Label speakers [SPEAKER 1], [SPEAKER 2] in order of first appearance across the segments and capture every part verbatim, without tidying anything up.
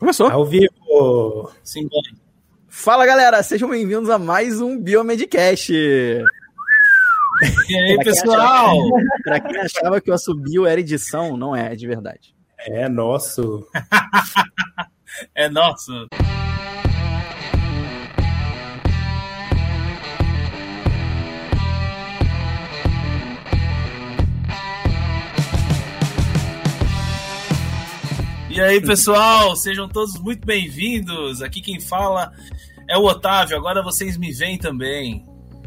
[SPEAKER 1] Começou?
[SPEAKER 2] Ao vivo!
[SPEAKER 3] Sim,
[SPEAKER 1] Fala, galera! Sejam bem-vindos a mais um Biomedcast!
[SPEAKER 3] E aí,
[SPEAKER 1] pra
[SPEAKER 3] pessoal?
[SPEAKER 1] Quem achava, pra quem achava que o assobio era edição, não é, é de verdade.
[SPEAKER 2] É nosso.
[SPEAKER 3] É nosso. E aí, pessoal, sejam todos muito bem-vindos. Aqui quem fala é o Otávio, agora vocês me veem também.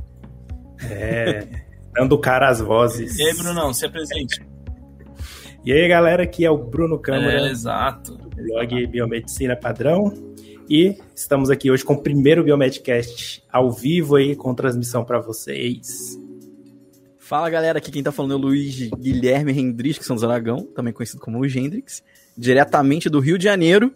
[SPEAKER 2] É, dando cara às vozes.
[SPEAKER 3] E aí, Brunão, se apresente.
[SPEAKER 2] E aí, galera, aqui é o Bruno Câmara.
[SPEAKER 3] É, exato.
[SPEAKER 2] Do blog Biomedicina Padrão. E estamos aqui hoje com o primeiro Biomedcast ao vivo aí, com transmissão para vocês.
[SPEAKER 1] Fala, galera, aqui quem tá falando é o Luiz Guilherme Hendrix Santos Aragão, também conhecido como Luiz Hendrix, diretamente do Rio de Janeiro.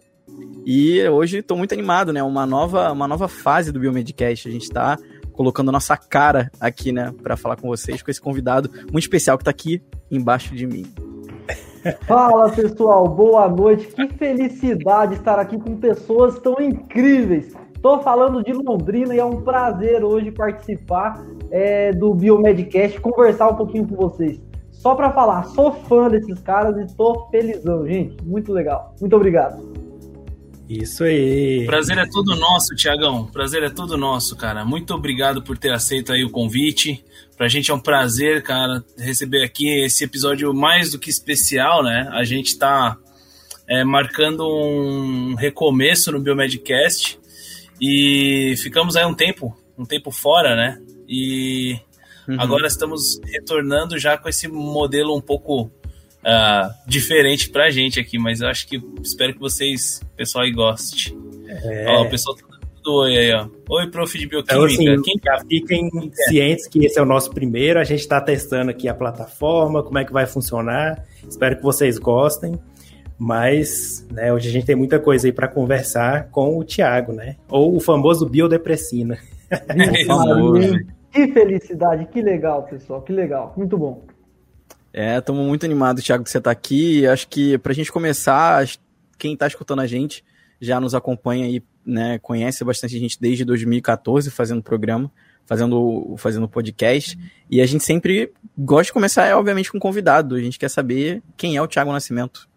[SPEAKER 1] E hoje estou muito animado, né? Uma nova, uma nova fase do Biomedcast. A gente está colocando a nossa cara aqui, né? Para falar com vocês, com esse convidado muito especial que está aqui embaixo de mim.
[SPEAKER 4] Fala, pessoal. Boa noite. Que felicidade estar aqui com pessoas tão incríveis. Estou falando de Londrina e é um prazer hoje participar é, do Biomedcast, conversar um pouquinho com vocês. Só para falar, sou fã desses caras e tô felizão, gente. Muito legal. Muito obrigado.
[SPEAKER 2] Isso aí.
[SPEAKER 3] Prazer é todo nosso, Tiagão. Prazer é todo nosso, cara. Muito obrigado por ter aceito aí o convite. Pra gente é um prazer, cara, receber aqui esse episódio mais do que especial, né? A gente tá é, marcando um recomeço no Biomedcast e ficamos aí um tempo, um tempo fora, né? E uhum. agora estamos retornando já com esse modelo um pouco uh, diferente pra gente aqui, mas eu acho que espero que vocês, pessoal, aí goste. É. Ó, o pessoal tá dando oi aí, ó. Oi, prof de Bioquímica.
[SPEAKER 2] Então, assim,
[SPEAKER 3] Quem...
[SPEAKER 2] já fiquem Quem cientes que esse é o nosso primeiro, a gente está testando aqui a plataforma, como é que vai funcionar, espero que vocês gostem, mas né, hoje a gente tem muita coisa aí para conversar com o Thiago, né? Ou o famoso Biodepressina.
[SPEAKER 3] É famoso.
[SPEAKER 4] Que felicidade, que legal, pessoal, que legal, muito bom.
[SPEAKER 1] É, estamos muito animados, Thiago, que você está aqui. Acho que para a gente começar, quem está escutando a gente já nos acompanha aí, né, conhece bastante gente desde dois mil e catorze fazendo programa, fazendo, fazendo podcast, e a gente sempre gosta de começar, obviamente, com um convidado. A gente quer saber quem é o Thiago Nascimento.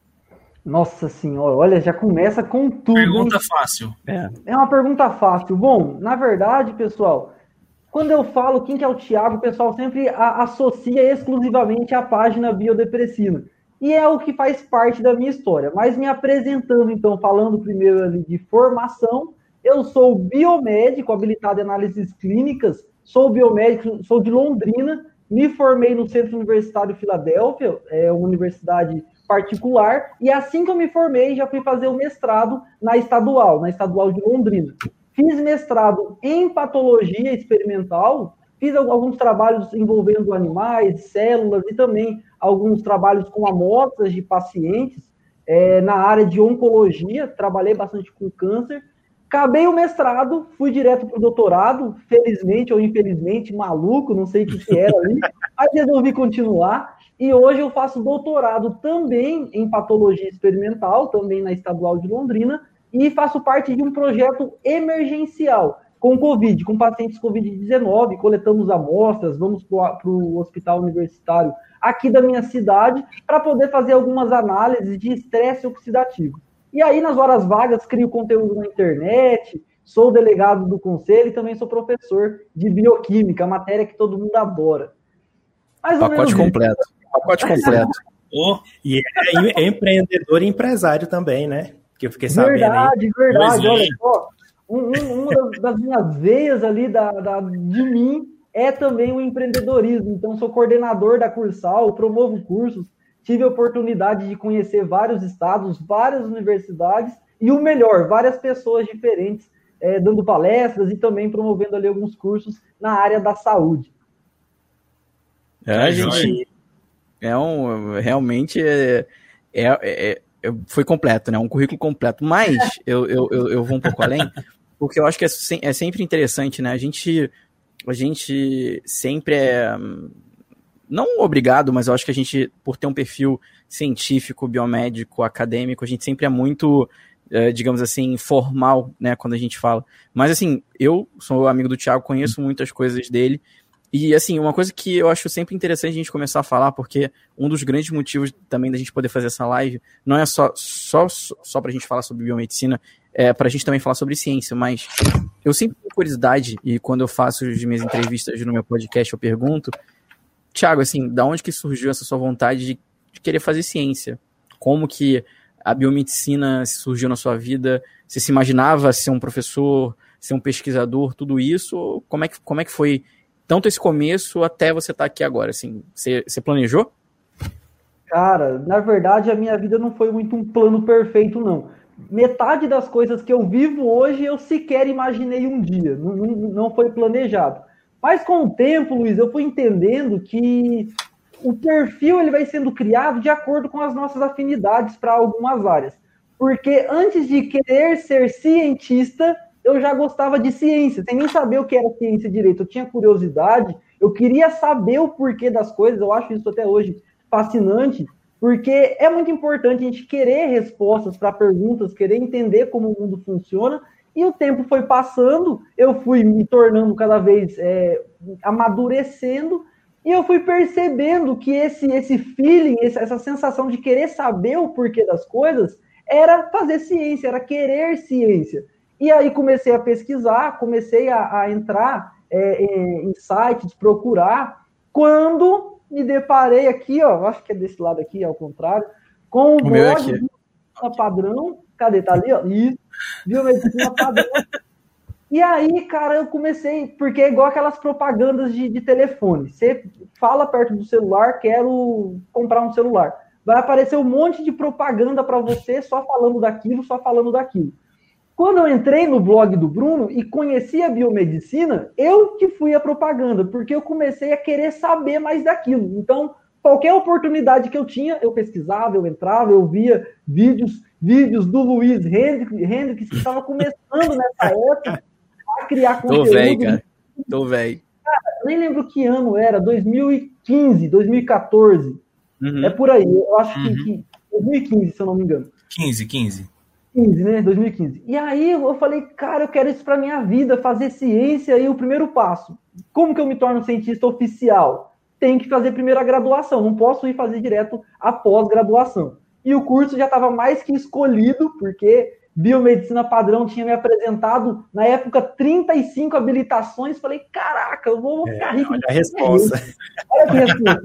[SPEAKER 4] Nossa senhora, olha, já começa com tudo.
[SPEAKER 3] Pergunta
[SPEAKER 4] hein?
[SPEAKER 3] fácil.
[SPEAKER 1] É.
[SPEAKER 4] É uma pergunta fácil. Bom, na verdade, pessoal, quando eu falo quem que é o Thiago, o pessoal sempre a, associa exclusivamente à página Biodepressina. E é o que faz parte da minha história. Mas me apresentando, então, falando primeiro ali de formação, eu sou biomédico, habilitado em análises clínicas, sou biomédico, sou de Londrina, me formei no Centro Universitário Filadélfia, é uma universidade particular, e assim que eu me formei, já fui fazer o mestrado na estadual, na estadual de Londrina. Fiz mestrado em patologia experimental, fiz alguns trabalhos envolvendo animais, células e também alguns trabalhos com amostras de pacientes é, na área de oncologia, trabalhei bastante com câncer. Acabei o mestrado, fui direto para o doutorado, felizmente ou infelizmente, maluco, não sei o que, que era ali, mas resolvi continuar. E hoje eu faço doutorado também em patologia experimental, também na Estadual de Londrina, e faço parte de um projeto emergencial com Covid, com pacientes covid dezenove, coletamos amostras, vamos para o hospital universitário aqui da minha cidade para poder fazer algumas análises de estresse oxidativo. E aí, nas horas vagas, crio conteúdo na internet, sou delegado do conselho e também sou professor de bioquímica, matéria que todo mundo adora. Mais ou
[SPEAKER 1] Pacote
[SPEAKER 4] menos
[SPEAKER 1] completo. Pacote completo.
[SPEAKER 3] Oh.
[SPEAKER 2] E é empreendedor e empresário também, né? Que eu fiquei sabendo.
[SPEAKER 4] Verdade,
[SPEAKER 2] aí.
[SPEAKER 4] verdade. Olha só, um, um, uma das, das minhas veias ali da, da, de mim é também o empreendedorismo. Então, sou coordenador da Cursal, promovo cursos, tive a oportunidade de conhecer vários estados, várias universidades e o melhor, várias pessoas diferentes é, dando palestras e também promovendo ali alguns cursos na área da saúde.
[SPEAKER 1] É, a gente é um, realmente é, é, é, foi completo, né? Um currículo completo. Mas eu, eu, eu, eu vou um pouco além, porque eu acho que é, é sempre interessante, né? A gente, a gente sempre é, não obrigado, mas eu acho que a gente, por ter um perfil científico, biomédico, acadêmico, a gente sempre é muito é, digamos assim, formal, né, quando a gente fala. Mas, assim, eu sou amigo do Thiago, conheço muitas coisas dele. E, assim, uma coisa que eu acho sempre interessante a gente começar a falar, porque um dos grandes motivos também da gente poder fazer essa live não é só, só, só pra gente falar sobre biomedicina, é pra gente também falar sobre ciência, mas eu sempre tenho curiosidade, e quando eu faço as minhas entrevistas no meu podcast, eu pergunto, Thiago, assim, da onde que surgiu essa sua vontade de, de querer fazer ciência? Como que a biomedicina surgiu na sua vida? Você se imaginava ser um professor, ser um pesquisador, tudo isso? Como é que, como é que foi tanto esse começo até você estar aqui agora, assim, você, você planejou?
[SPEAKER 4] Cara, na verdade a minha vida não foi muito um plano perfeito, não. Metade das coisas que eu vivo hoje eu sequer imaginei um dia, não, não, não foi planejado. Mas com o tempo, Luiz, eu fui entendendo que o perfil ele vai sendo criado de acordo com as nossas afinidades para algumas áreas. Porque antes de querer ser cientista, eu já gostava de ciência, sem nem saber o que era ciência direito. Eu tinha curiosidade, eu queria saber o porquê das coisas, eu acho isso até hoje fascinante, porque é muito importante a gente querer respostas para perguntas, querer entender como o mundo funciona, e o tempo foi passando, eu fui me tornando cada vez, é, amadurecendo, e eu fui percebendo que esse, esse feeling, essa sensação de querer saber o porquê das coisas, era fazer ciência, era querer ciência. E aí comecei a pesquisar, comecei a, a entrar é, em sites, procurar, quando me deparei aqui, ó, acho que é desse lado aqui, ao contrário, com o, o blog Biomedicina Padrão, cadê? Tá ali, ó, isso, Biomedicina Padrão. E aí, cara, eu comecei, porque é igual aquelas propagandas de, de telefone, você fala perto do celular, quero comprar um celular, vai aparecer um monte de propaganda para você, só falando daquilo, só falando daquilo. Quando eu entrei no blog do Bruno e conheci a biomedicina, eu que fui a propaganda, porque eu comecei a querer saber mais daquilo. Então, qualquer oportunidade que eu tinha, eu pesquisava, eu entrava, eu via vídeos, vídeos do Luiz Hendrix, que estava começando nessa época a criar conteúdo.
[SPEAKER 1] Tô velho, cara. Tô velho.
[SPEAKER 4] Cara, eu nem lembro que ano era, dois mil e quinze, dois mil e quatorze.
[SPEAKER 1] Uhum.
[SPEAKER 4] É por aí, eu acho
[SPEAKER 3] uhum.
[SPEAKER 4] que, que dois mil e quinze, se eu não me engano.
[SPEAKER 3] quinze, quinze.
[SPEAKER 4] quinze, né? dois mil e quinze. E aí eu falei, cara, eu quero isso para minha vida, fazer ciência, e o primeiro passo. Como que eu me torno cientista oficial? Tem que fazer primeiro a graduação, não posso ir fazer direto a pós-graduação. E o curso já estava mais que escolhido, porque Biomedicina Padrão tinha me apresentado, na época, trinta e cinco habilitações. Falei, caraca, eu vou ficar rico.
[SPEAKER 2] Olha a resposta.
[SPEAKER 4] Olha que resposta.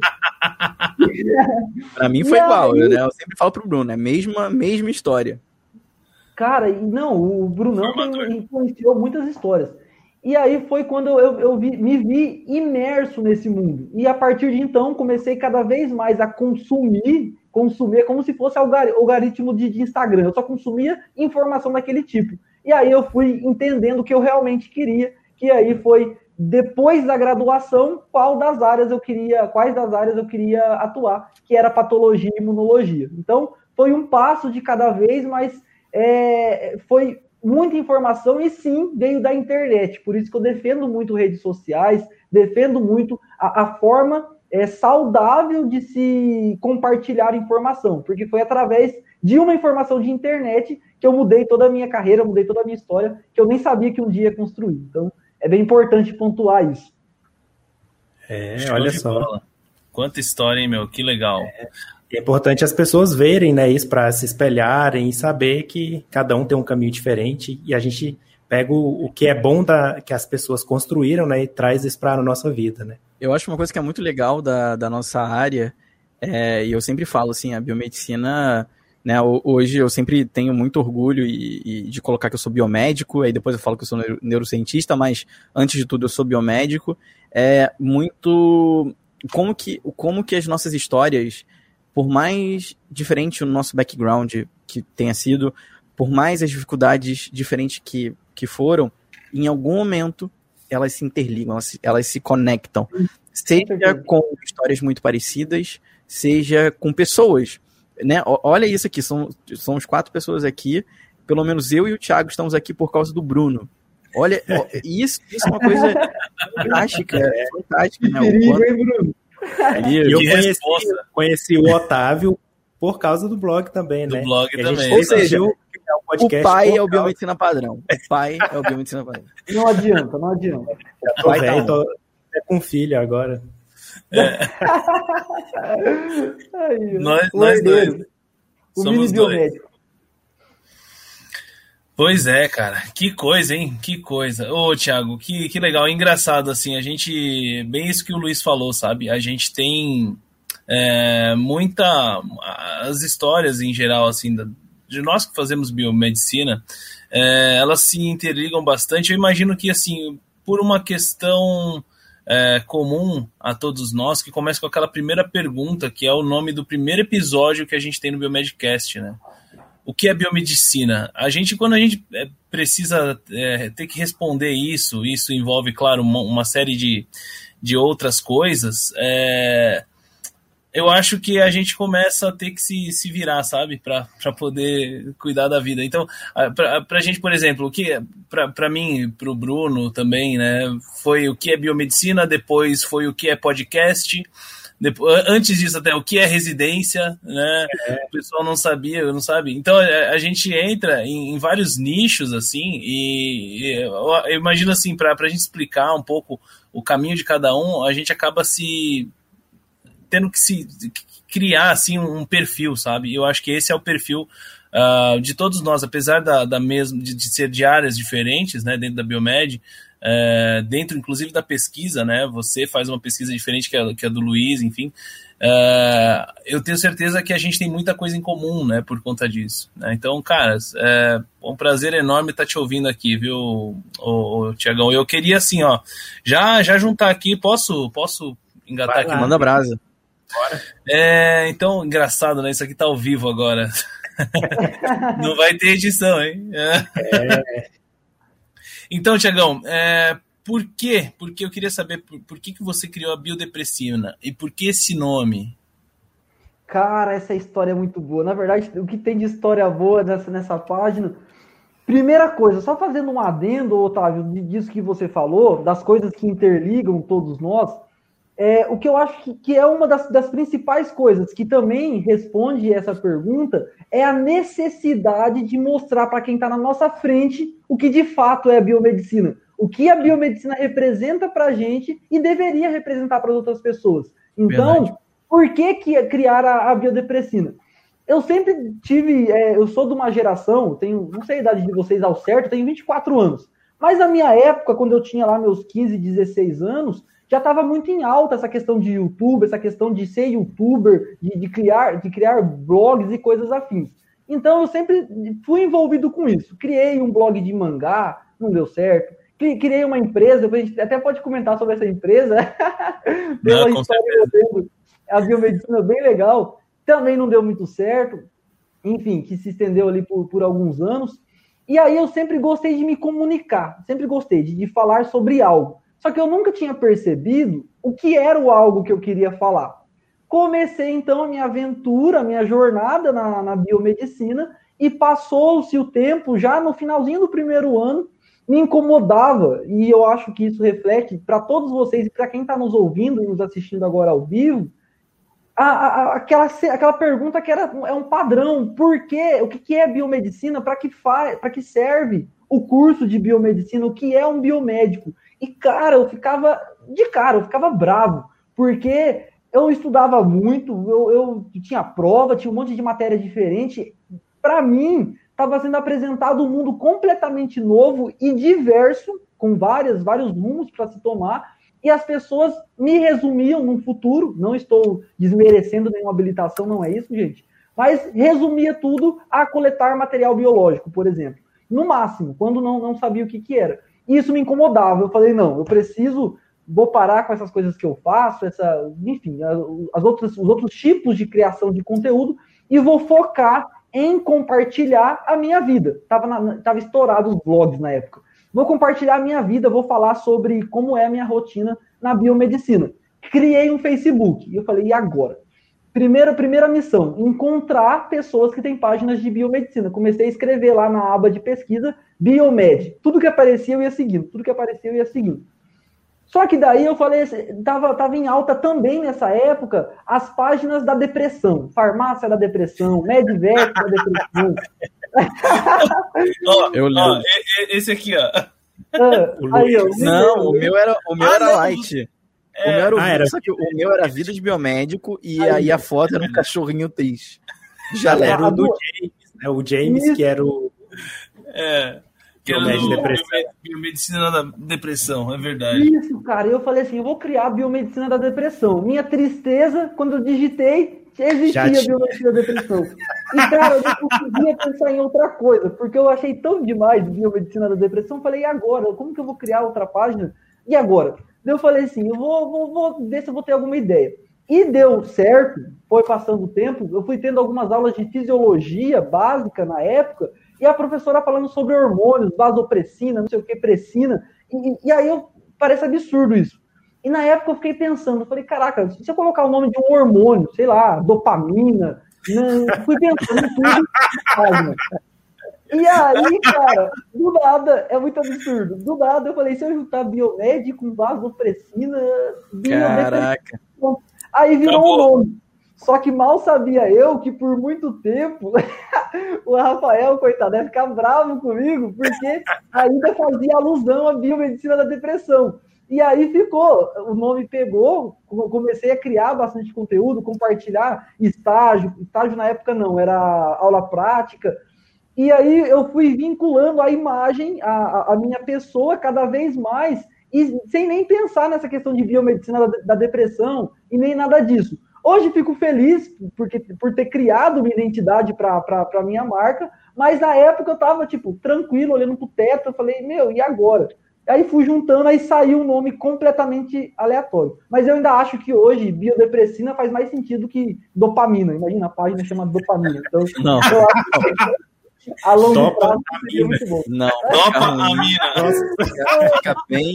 [SPEAKER 1] Para mim foi e igual, aí... né? Eu sempre falo pro Bruno, é a mesma, mesma história.
[SPEAKER 4] Cara, não, o Brunão tem, influenciou muitas histórias. E aí foi quando eu, eu vi, me vi imerso nesse mundo. E a partir de então, comecei cada vez mais a consumir, consumir como se fosse algoritmo de, de Instagram. Eu só consumia informação daquele tipo. E aí eu fui entendendo o que eu realmente queria, que aí foi, depois da graduação, qual das áreas eu queria, quais das áreas eu queria atuar, que era patologia e imunologia. Então, foi um passo de cada vez, mas é, foi muita informação e sim, veio da internet. Por isso que eu defendo muito redes sociais, defendo muito a, a forma é, saudável de se compartilhar informação, porque foi através de uma informação de internet que eu mudei toda a minha carreira, mudei toda a minha história, que eu nem sabia que um dia ia construir. Então, é bem importante pontuar isso.
[SPEAKER 2] É, Show olha só. Bola.
[SPEAKER 3] Quanta história, hein, meu? Que legal.
[SPEAKER 2] É. É importante as pessoas verem, né, isso para se espelharem e saber que cada um tem um caminho diferente e a gente pega o, o que é bom da, que as pessoas construíram, né, e traz isso para a nossa vida, né.
[SPEAKER 1] Eu acho uma coisa que é muito legal da, da nossa área, é, e eu sempre falo assim, a biomedicina, né, hoje eu sempre tenho muito orgulho e, e de colocar que eu sou biomédico, aí depois eu falo que eu sou neurocientista, mas antes de tudo eu sou biomédico, é muito como que, como que as nossas histórias, por mais diferente o nosso background que tenha sido, por mais as dificuldades diferentes que, que foram, em algum momento elas se interligam, elas, elas se conectam. Seja com histórias muito parecidas, seja com pessoas. Né? Olha isso aqui, são, somos quatro pessoas aqui, pelo menos eu e o Thiago estamos aqui por causa do Bruno. Olha, ó, isso, isso é uma coisa fantástica, é fantástica. Né?
[SPEAKER 4] Perigo, hein, Bruno?
[SPEAKER 2] E eu conheci, conheci o Otávio por causa do blog também,
[SPEAKER 3] do
[SPEAKER 2] né?
[SPEAKER 3] blog
[SPEAKER 2] e
[SPEAKER 3] também.
[SPEAKER 1] Ou seja,
[SPEAKER 2] um
[SPEAKER 1] o pai é o Biomedicina Padrão. O pai é o Biomedicina Padrão.
[SPEAKER 4] Não adianta, não adianta.
[SPEAKER 2] Já tô velho, tô é com filho agora.
[SPEAKER 3] É.
[SPEAKER 4] Aí,
[SPEAKER 3] nós,
[SPEAKER 4] o
[SPEAKER 3] nós
[SPEAKER 4] herdeiro,
[SPEAKER 3] dois.
[SPEAKER 4] o
[SPEAKER 3] Somos
[SPEAKER 4] mini
[SPEAKER 3] dois.
[SPEAKER 4] biomédico.
[SPEAKER 3] Pois é, cara. Que coisa, hein? Que coisa. Ô, Thiago, que, que legal. Engraçado, assim, a gente... Bem isso que o Luiz falou, sabe? A gente tem é, muita... As histórias, em geral, assim, de nós que fazemos biomedicina, é, elas se interligam bastante. Eu imagino que, assim, por uma questão é, comum a todos nós, que começa com aquela primeira pergunta, que é o nome do primeiro episódio que a gente tem no Biomedcast, né? O que é biomedicina? A gente, quando a gente precisa é, ter que responder isso, isso envolve, claro, uma, uma série de, de outras coisas, é, eu acho que a gente começa a ter que se, se virar, sabe? Para poder cuidar da vida. Então, para a gente, por exemplo, o que para mim, para o Bruno também, né? Foi o que é biomedicina, depois foi o que é podcast. Depois, antes disso até o que é residência, né? É. O pessoal não sabia, não sabe. Então a, a gente entra em, em vários nichos assim e, e eu, eu imagino assim, para a gente explicar um pouco o caminho de cada um, a gente acaba se tendo que se criar assim um perfil, sabe? Eu acho que esse é o perfil uh, de todos nós, apesar da, da mesma de, de ser de áreas diferentes, né? Dentro da Biomed. É, dentro inclusive da pesquisa, né? Você faz uma pesquisa diferente que a, que a do Luiz, enfim. É, eu tenho certeza que a gente tem muita coisa em comum, né? Por conta disso, né? Então, caras, é um prazer enorme estar te ouvindo aqui, viu, o, o Tiagão? Eu queria assim, ó, já, já juntar aqui, posso, posso engatar
[SPEAKER 1] Vai
[SPEAKER 3] aqui?
[SPEAKER 1] lá, manda brasa.
[SPEAKER 3] Bora. É, então, engraçado, né? Isso aqui tá ao vivo agora. Não vai ter edição, hein? É. Então, Tiagão, é, por quê? Porque eu queria saber por, por que, que você criou a Biodepressina e por que esse nome?
[SPEAKER 4] Cara, essa história é muito boa. Na verdade, o que tem de história boa nessa, nessa página... Primeira coisa, só fazendo um adendo, Otávio, disso que você falou, das coisas que interligam todos nós, é, o que eu acho que, que é uma das, das principais coisas que também responde essa pergunta é a necessidade de mostrar para quem está na nossa frente o que de fato é a biomedicina, o que a biomedicina representa para a gente e deveria representar para as outras pessoas. Então, verdade. Por que, que criar a, a Biodepressina? Eu sempre tive, é, eu sou de uma geração, tenho, não sei a idade de vocês ao certo, tenho vinte e quatro anos, mas na minha época, quando eu tinha lá meus quinze, dezesseis anos, já estava muito em alta essa questão de YouTube, essa questão de ser youtuber, de, de, criar, de criar blogs e coisas afins. Então eu sempre fui envolvido com isso. Criei um blog de mangá, não deu certo. Criei uma empresa, a gente até pode comentar sobre essa empresa. Deu uma história dentro, a biomedicina bem legal. Também não deu muito certo. Enfim, que se estendeu ali por, por alguns anos. E aí eu sempre gostei de me comunicar, sempre gostei de, de falar sobre algo. Só que eu nunca tinha percebido o que era o algo que eu queria falar. Comecei, então, a minha aventura, a minha jornada na, na biomedicina e passou-se o tempo, já no finalzinho do primeiro ano, me incomodava, e eu acho que isso reflete para todos vocês e para quem está nos ouvindo e nos assistindo agora ao vivo, a, a, aquela, aquela pergunta que era, é um padrão. Por quê? O que, que é biomedicina? Para que, fa, para que serve o curso de biomedicina? O que é um biomédico? E, cara, eu ficava de cara, eu ficava bravo, porque eu estudava muito, eu, eu tinha prova, tinha um monte de matéria diferente. Para mim, estava sendo apresentado um mundo completamente novo e diverso, com várias, vários rumos para se tomar, e as pessoas me resumiam num futuro, não estou desmerecendo nenhuma habilitação, não é isso, gente, mas resumia tudo a coletar material biológico, por exemplo, no máximo, quando não, não sabia o que, que era. E isso me incomodava. Eu falei, não, eu preciso, vou parar com essas coisas que eu faço, essa, enfim, as outras, os outros tipos de criação de conteúdo e vou focar em compartilhar a minha vida. Estava tava estourado os blogs na época. Vou compartilhar a minha vida, vou falar sobre como é a minha rotina na biomedicina. Criei um Facebook. E eu falei, e agora? Primeira, primeira missão, encontrar pessoas que têm páginas de biomedicina. Comecei a escrever lá na aba de pesquisa, Biomed. Tudo que aparecia eu ia seguindo, tudo que aparecia eu ia seguindo. Só que daí eu falei, tava, tava em alta também nessa época as páginas da depressão, farmácia da depressão, Medvet da depressão.
[SPEAKER 3] Ó, eu lembro. Ó, esse aqui, ó.
[SPEAKER 4] Ah, aí, ó
[SPEAKER 1] não, o meu era, o meu
[SPEAKER 3] ah,
[SPEAKER 1] era
[SPEAKER 3] não.
[SPEAKER 1] light.
[SPEAKER 3] É.
[SPEAKER 1] O meu era, o,
[SPEAKER 2] Ah, era...
[SPEAKER 1] Só que o meu era vida de biomédico e aí, aí a foto era um cachorrinho triste. Já
[SPEAKER 2] era o do
[SPEAKER 4] do...
[SPEAKER 2] James, né? O James
[SPEAKER 4] Isso.
[SPEAKER 2] que era o...
[SPEAKER 3] É... Que era
[SPEAKER 2] Biomed
[SPEAKER 3] do
[SPEAKER 2] depressão.
[SPEAKER 3] biomedicina da depressão, é verdade.
[SPEAKER 4] Isso, cara. Eu falei assim, eu vou criar a biomedicina da depressão. Minha tristeza, quando eu digitei, existia a biomedicina da depressão. E, cara, eu não conseguia pensar em outra coisa, porque eu achei tão demais biomedicina da depressão. Falei, e agora? Como que eu vou criar outra página? E agora? Daí eu falei assim, eu vou, vou, vou ver se eu vou ter alguma ideia. E deu certo, foi passando o tempo, eu fui tendo algumas aulas de fisiologia básica na época, e a professora falando sobre hormônios, vasopressina, não sei o que, pressina, e, e aí eu, parece absurdo isso. E na época eu fiquei pensando, eu falei, caraca, se eu colocar o nome de um hormônio, sei lá, dopamina, não, fui pensando em tudo. E aí, cara, do nada, é muito absurdo, do nada eu falei, se eu juntar Biomed com vasopressina,
[SPEAKER 1] caraca.
[SPEAKER 4] Aí virou um nome. Só que mal sabia eu que por muito tempo o Rafael, coitado, ia ficar bravo comigo, porque ainda fazia alusão à biomedicina da depressão. E aí ficou, o nome pegou, comecei a criar bastante conteúdo, compartilhar estágio, estágio na época não, era aula prática, e aí eu fui vinculando a imagem, a, a minha pessoa cada vez mais, e sem nem pensar nessa questão de biomedicina da, da depressão, e nem nada disso. Hoje fico feliz porque, por ter criado uma identidade para a minha marca, mas na época eu estava tipo, tranquilo, olhando para o teto, eu falei, meu, e agora? Aí fui juntando, aí saiu um nome completamente aleatório. Mas eu ainda acho que hoje biodepressina faz mais sentido que dopamina. Imagina, a página chama dopamina. Então,
[SPEAKER 1] não.
[SPEAKER 4] Eu acho que a longo prazo seria muito bom.
[SPEAKER 1] Não,
[SPEAKER 3] dopamina.
[SPEAKER 1] Nossa, fica bem...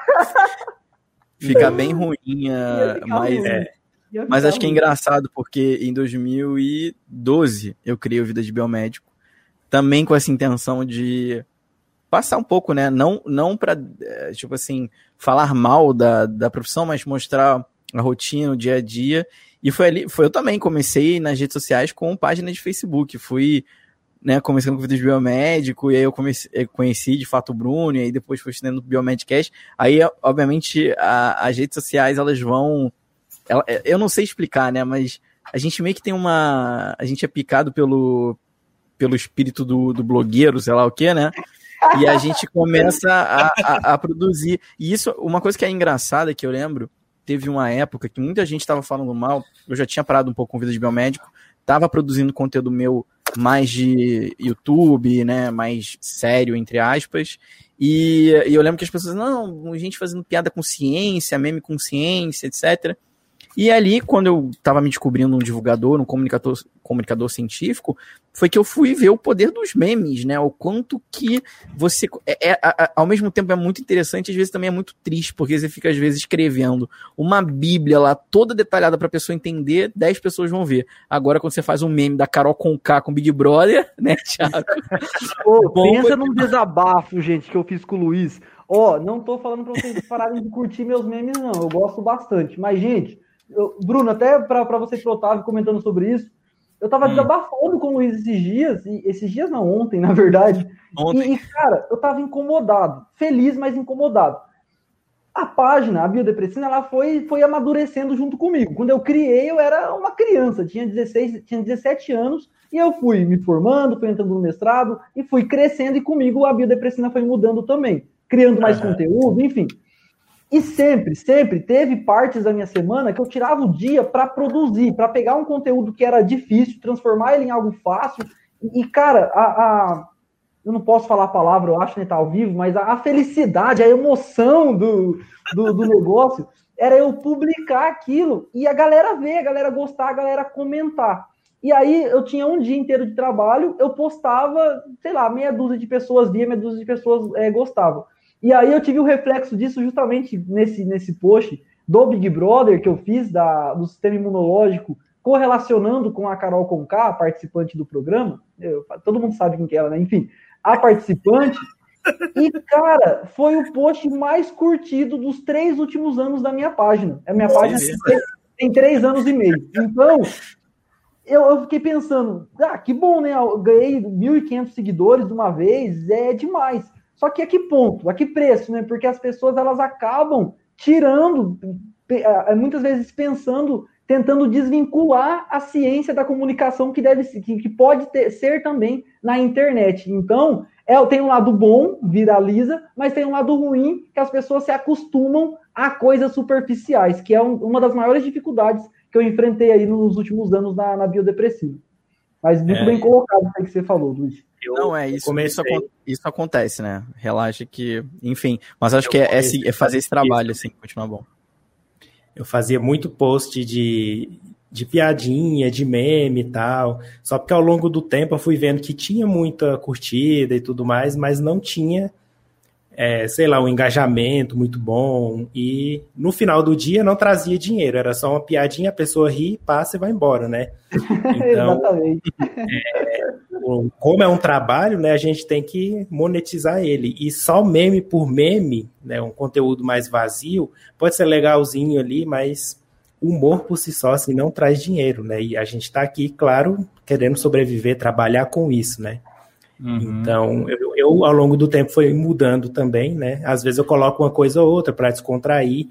[SPEAKER 1] Fica bem ruim, mas... É. Mas acho que é engraçado, porque em dois mil e doze eu criei o Vida de Biomédico, também com essa intenção de passar um pouco, né? Não, não para, tipo assim, falar mal da, da profissão, mas mostrar a rotina, o dia a dia. E foi ali, foi eu também comecei nas redes sociais com página de Facebook. Fui, né, começando com o Vida de Biomédico, e aí eu comecei, eu conheci de fato o Bruno, e aí depois fui estudando o Biomedcast. Aí, obviamente, a, as redes sociais, elas vão... Ela, eu não sei explicar, né, mas a gente meio que tem uma... A gente é picado pelo, pelo espírito do, do blogueiro, sei lá o que, né? E a gente começa a, a, a produzir. E isso, uma coisa que é engraçada, que eu lembro, teve uma época que muita gente estava falando mal, eu já tinha parado um pouco com Vida de Biomédico, estava produzindo conteúdo meu mais de YouTube, né, mais sério, entre aspas, e, e eu lembro que as pessoas, não, gente fazendo piada com ciência, meme com ciência, etcétera. E ali, quando eu estava me descobrindo um divulgador, um comunicador, comunicador científico, foi que eu fui ver o poder dos memes, né? O quanto que você... É, é, a, ao mesmo tempo é muito interessante, às vezes também é muito triste, porque você fica, às vezes, escrevendo uma bíblia lá, toda detalhada para a pessoa entender, dez pessoas vão ver. Agora, quando você faz um meme da Carol Conká com Big Brother, né, Thiago?
[SPEAKER 4] Pô, pensa num desabafo, gente, que eu fiz com o Luiz. Ó, não tô falando para vocês pararem de curtir meus memes, não. Eu gosto bastante. Mas, gente... Eu, Bruno, até para você e Otávio comentando sobre isso, eu tava hum. desabafando com o Luiz esses dias, e esses dias não, ontem, na verdade, ontem. E, e, cara, eu tava incomodado, feliz, mas incomodado. A página, a Biodepressina, ela foi, foi amadurecendo junto comigo. Quando eu criei, eu era uma criança, tinha, dezesseis, tinha dezessete anos, e eu fui me formando, fui entrando no mestrado, e fui crescendo, e comigo a Biodepressina foi mudando também, criando mais uhum. conteúdo, enfim... E sempre, sempre teve partes da minha semana que eu tirava o dia para produzir, para pegar um conteúdo que era difícil, transformar ele em algo fácil. E, cara, a, a, eu não posso falar a palavra, eu acho, né, tá ao vivo, mas a, a felicidade, a emoção do, do, do negócio era eu publicar aquilo e a galera ver, a galera gostar, a galera comentar. E aí eu tinha um dia inteiro de trabalho, eu postava, sei lá, meia dúzia de pessoas via, meia dúzia de pessoas é, gostavam. E aí eu tive o reflexo disso justamente nesse, nesse post do Big Brother que eu fiz da, do sistema imunológico, correlacionando com a Carol Conká, participante do programa. Eu, todo mundo sabe quem que é ela, né? Enfim, a participante. E, cara, foi o post mais curtido dos três últimos anos da minha página. A minha página tem, tem três anos e meio. Então, eu, eu fiquei pensando, ah, que bom, né? Eu ganhei mil e quinhentos seguidores de uma vez, é demais. Só que a que ponto? A que preço, né? Porque as pessoas, elas acabam tirando, muitas vezes pensando, tentando desvincular a ciência da comunicação que deve que, que pode ter, ser também na internet. Então, é, tem um lado bom, viraliza, mas tem um lado ruim, que as pessoas se acostumam a coisas superficiais, que é um, uma das maiores dificuldades que eu enfrentei aí nos últimos anos na, na biodepressiva. Mas muito é. bem colocado o que você falou, Luiz.
[SPEAKER 1] Eu, Não, é isso, isso, isso acontece, né? Relaxa que, enfim, mas acho eu que é, é, é fazer esse trabalho, assim, continuar bom.
[SPEAKER 2] Eu fazia muito post de, de piadinha, de meme e tal, só porque ao longo do tempo eu fui vendo que tinha muita curtida e tudo mais, mas não tinha, é, sei lá, um engajamento muito bom, e no final do dia não trazia dinheiro, era só uma piadinha, a pessoa ri, passa e vai embora, né? Então,
[SPEAKER 4] exatamente.
[SPEAKER 2] É, como é um trabalho, né, a gente tem que monetizar ele, e só meme por meme, né, um conteúdo mais vazio, pode ser legalzinho ali, mas o humor por si só assim, não traz dinheiro, né, e a gente está aqui, claro, querendo sobreviver, trabalhar com isso, né. Uhum. Então, eu, eu ao longo do tempo fui mudando também, né, às vezes eu coloco uma coisa ou outra para descontrair,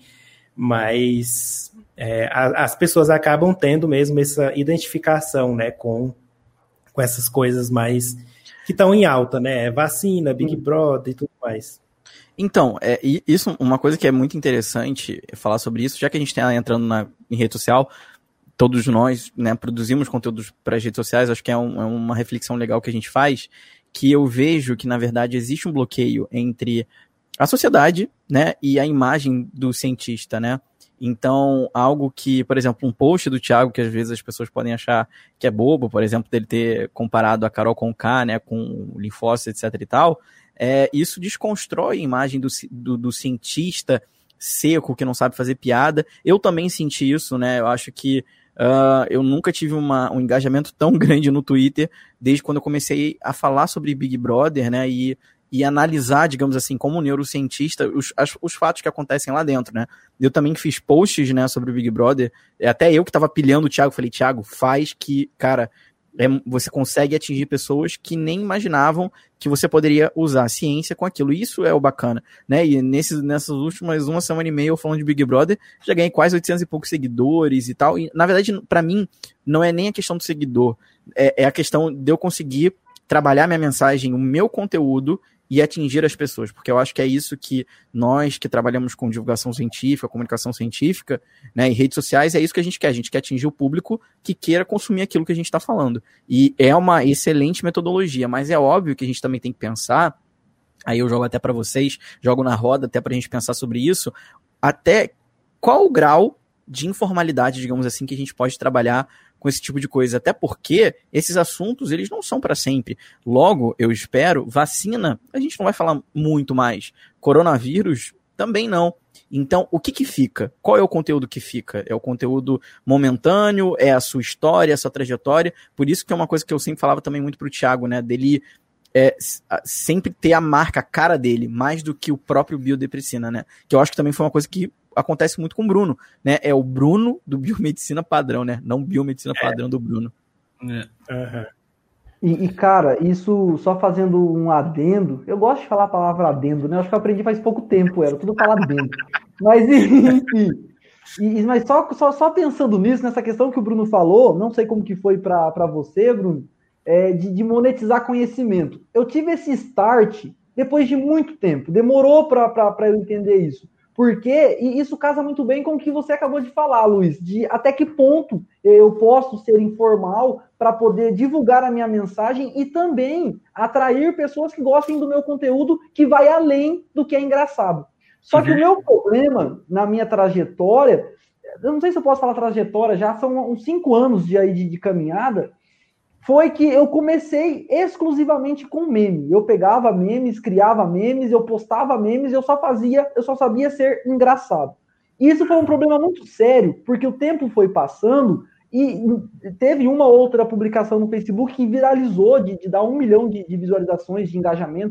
[SPEAKER 2] mas é, a, as pessoas acabam tendo mesmo essa identificação, né, com com essas coisas mais que estão em alta, né? Vacina, Big Brother e tudo mais.
[SPEAKER 1] Então, é, isso, uma coisa que é muito interessante falar sobre isso, já que a gente está entrando na, em rede social, todos nós, né, produzimos conteúdos para as redes sociais, acho que é, um, é uma reflexão legal que a gente faz, que eu vejo que, na verdade, existe um bloqueio entre a sociedade, né, e a imagem do cientista, né? Então, algo que, por exemplo, um post do Thiago, que às vezes as pessoas podem achar que é bobo, por exemplo, dele ter comparado a Carol Conká, né, com o linfócito, etc e tal, é, isso desconstrói a imagem do, do, do cientista seco, que não sabe fazer piada. Eu também senti isso, né, eu acho que uh, eu nunca tive uma, um engajamento tão grande no Twitter desde quando eu comecei a falar sobre Big Brother, né, e e analisar, digamos assim, como neurocientista, os, as, os fatos que acontecem lá dentro, né? Eu também fiz posts, né, sobre o Big Brother, até eu que tava pilhando o Thiago, falei, Thiago, faz que, cara, é, você consegue atingir pessoas que nem imaginavam que você poderia usar a ciência com aquilo, isso é o bacana, né? E nesses, nessas últimas uma semana e meia eu falando de Big Brother, já ganhei quase oitocentos e poucos seguidores e tal, e na verdade, pra mim, não é nem a questão do seguidor, é, é a questão de eu conseguir trabalhar minha mensagem, o meu conteúdo, e atingir as pessoas, porque eu acho que é isso que nós que trabalhamos com divulgação científica, comunicação científica, né, e redes sociais, é isso que a gente quer, a gente quer atingir o público que queira consumir aquilo que a gente está falando, e é uma excelente metodologia, mas é óbvio que a gente também tem que pensar, aí eu jogo até para vocês, jogo na roda até para a gente pensar sobre isso, até qual o grau de informalidade, digamos assim, que a gente pode trabalhar com esse tipo de coisa, até porque esses assuntos, eles não são para sempre. Logo, eu espero, vacina, a gente não vai falar muito mais. Coronavírus, também não. Então, o que que fica? Qual é o conteúdo que fica? É o conteúdo momentâneo? É a sua história, a sua trajetória? Por isso que é uma coisa que eu sempre falava também muito pro Thiago, né, dele é, sempre ter a marca, a cara dele, mais do que o próprio Biodepressina, né, que eu acho que também foi uma coisa que acontece muito com o Bruno, né? É o Bruno do Biomedicina Padrão, né? Não Biomedicina é. Padrão do Bruno.
[SPEAKER 2] É. Uhum.
[SPEAKER 4] E, e, cara, isso só fazendo um adendo, eu gosto de falar a palavra adendo, né? Eu acho que eu aprendi faz pouco tempo, era tudo falar adendo. Mas, enfim, e, mas só, só, só pensando nisso, nessa questão que o Bruno falou, não sei como que foi para você, Bruno, é, de, de monetizar conhecimento. Eu tive esse start depois de muito tempo, demorou para eu entender isso. Porque, e isso casa muito bem com o que você acabou de falar, Luiz, de até que ponto eu posso ser informal para poder divulgar a minha mensagem e também atrair pessoas que gostem do meu conteúdo, que vai além do que é engraçado. Só que uhum. o meu problema na minha trajetória, eu não sei se eu posso falar trajetória, já são uns cinco anos de, de, de caminhada, foi que eu comecei exclusivamente com meme. Eu pegava memes, criava memes, eu postava memes, eu só fazia, eu só sabia ser engraçado. E isso foi um problema muito sério, porque o tempo foi passando e teve uma outra publicação no Facebook que viralizou de, de dar um milhão de, de visualizações, de engajamento.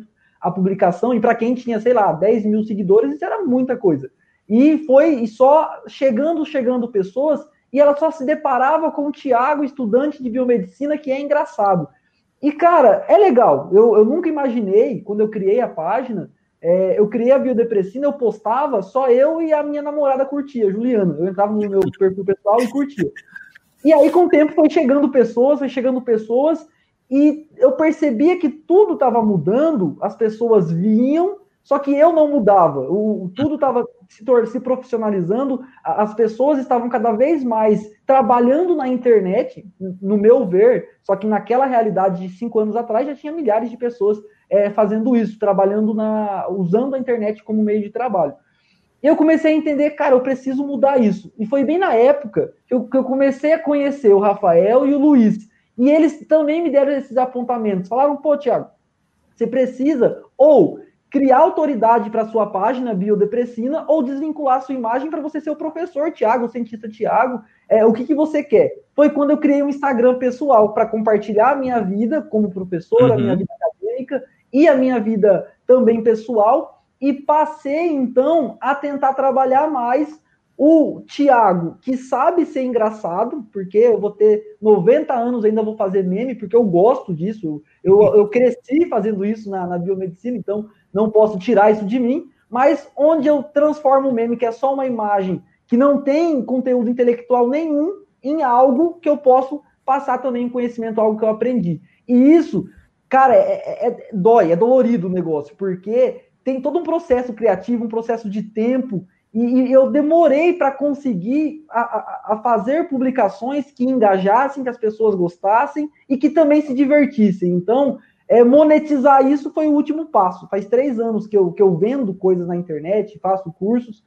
[SPEAKER 4] a publicação, e para quem tinha, sei lá, dez mil seguidores, isso era muita coisa. E foi e só chegando, chegando pessoas, e ela só se deparava com o Thiago, estudante de biomedicina, que é engraçado. E, cara, é legal. Eu, eu nunca imaginei, quando eu criei a página, é, eu criei a Biodepressina, eu postava, só eu e a minha namorada curtia, a Juliana. Eu entrava no meu perfil pessoal e curtia. E aí, com o tempo, foi chegando pessoas, foi chegando pessoas, e eu percebia que tudo estava mudando, as pessoas vinham, só que eu não mudava, o, tudo estava se, se profissionalizando, as pessoas estavam cada vez mais trabalhando na internet, no meu ver, só que naquela realidade de cinco anos atrás já tinha milhares de pessoas é, fazendo isso, trabalhando na, usando a internet como meio de trabalho. E eu comecei a entender, cara, eu preciso mudar isso. E foi bem na época que eu, que eu comecei a conhecer o Rafael e o Luiz. E eles também me deram esses apontamentos. Falaram, pô, Thiago, você precisa ou criar autoridade para sua página Biodepressina ou desvincular sua imagem para você ser o professor Thiago, o cientista Thiago. É, o que, que você quer? Foi quando eu criei um Instagram pessoal para compartilhar a minha vida como professor, uhum. a minha vida acadêmica e a minha vida também pessoal. E passei, então, a tentar trabalhar mais o Thiago, que sabe ser engraçado, porque eu vou ter noventa anos, ainda vou fazer meme, porque eu gosto disso. Eu, eu cresci fazendo isso na, na biomedicina, então não posso tirar isso de mim. Mas onde eu transformo o meme, que é só uma imagem, que não tem conteúdo intelectual nenhum, em algo que eu posso passar também em conhecimento, algo que eu aprendi. E isso, cara, é, é, dói, é dolorido o negócio, porque tem todo um processo criativo, um processo de tempo, e, e eu demorei para conseguir a, a, a fazer publicações que engajassem, que as pessoas gostassem e que também se divertissem. Então, é, monetizar isso foi o último passo. Faz três anos que eu, que eu vendo coisas na internet, faço cursos,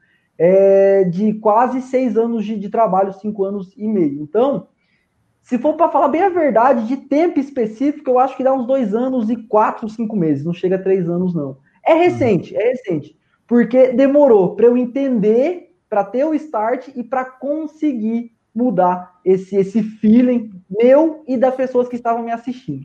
[SPEAKER 4] é, de quase seis anos de, de trabalho, cinco anos e meio. Então, se for para falar bem a verdade, de tempo específico, eu acho que dá uns dois anos e quatro, cinco meses. Não chega a três anos, não. É recente, é recente, porque demorou para eu entender, para ter o start e para conseguir mudar esse, esse feeling meu e das pessoas que estavam me assistindo.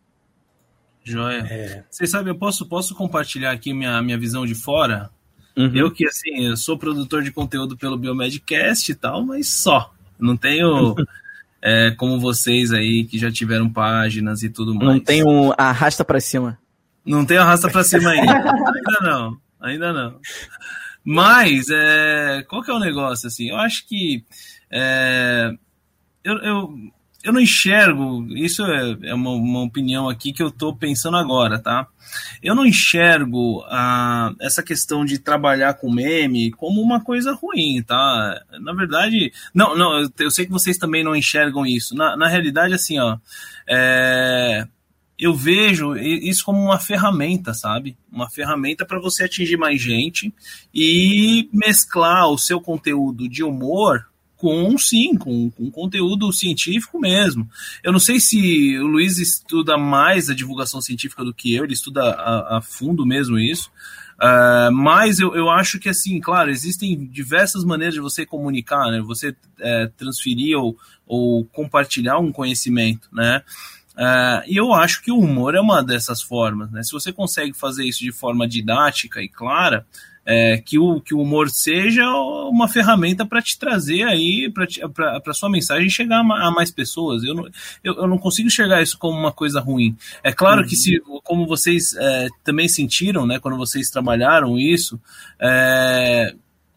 [SPEAKER 3] Joia. É. Vocês sabem, eu posso, posso compartilhar aqui minha, minha visão de fora? Uhum. Eu que, assim, eu sou produtor de conteúdo pelo Biomedcast e tal, mas só. Não tenho... é, como vocês aí, que já tiveram páginas e tudo mais.
[SPEAKER 1] Não tenho arrasta para cima.
[SPEAKER 3] Não tem arrasta pra cima ainda. Ainda não, ainda não. Mas, é, qual que é o negócio, assim? Eu acho que é, eu, eu, eu não enxergo, isso é, é uma, uma opinião aqui que eu tô pensando agora, tá? Eu não enxergo a, essa questão de trabalhar com meme como uma coisa ruim, tá? Na verdade, não, não, eu, eu sei que vocês também não enxergam isso. Na, na realidade, assim, ó, é... eu vejo isso como uma ferramenta, sabe? Uma ferramenta para você atingir mais gente e mesclar o seu conteúdo de humor com, sim, com, com conteúdo científico mesmo. Eu não sei se o Luiz estuda mais a divulgação científica do que eu, ele estuda a, a fundo mesmo isso, uh, mas eu, eu acho que, assim, claro, existem diversas maneiras de você comunicar, né? Você é, transferir ou, ou compartilhar um conhecimento, né? Uh, e eu acho que o humor é uma dessas formas, né? Se você consegue fazer isso de forma didática e clara, é, que, o, que o humor seja uma ferramenta para te trazer aí, para a sua mensagem chegar a mais pessoas. Eu não, eu, eu não consigo enxergar isso como uma coisa ruim. É claro uhum. que, se, como vocês é, também sentiram, né, quando vocês trabalharam isso, é,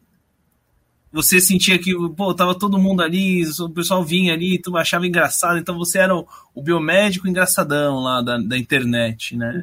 [SPEAKER 3] você sentia que, pô, tava todo mundo ali, o pessoal vinha ali, tu achava engraçado, então você era o, o biomédico engraçadão lá da, da internet, né?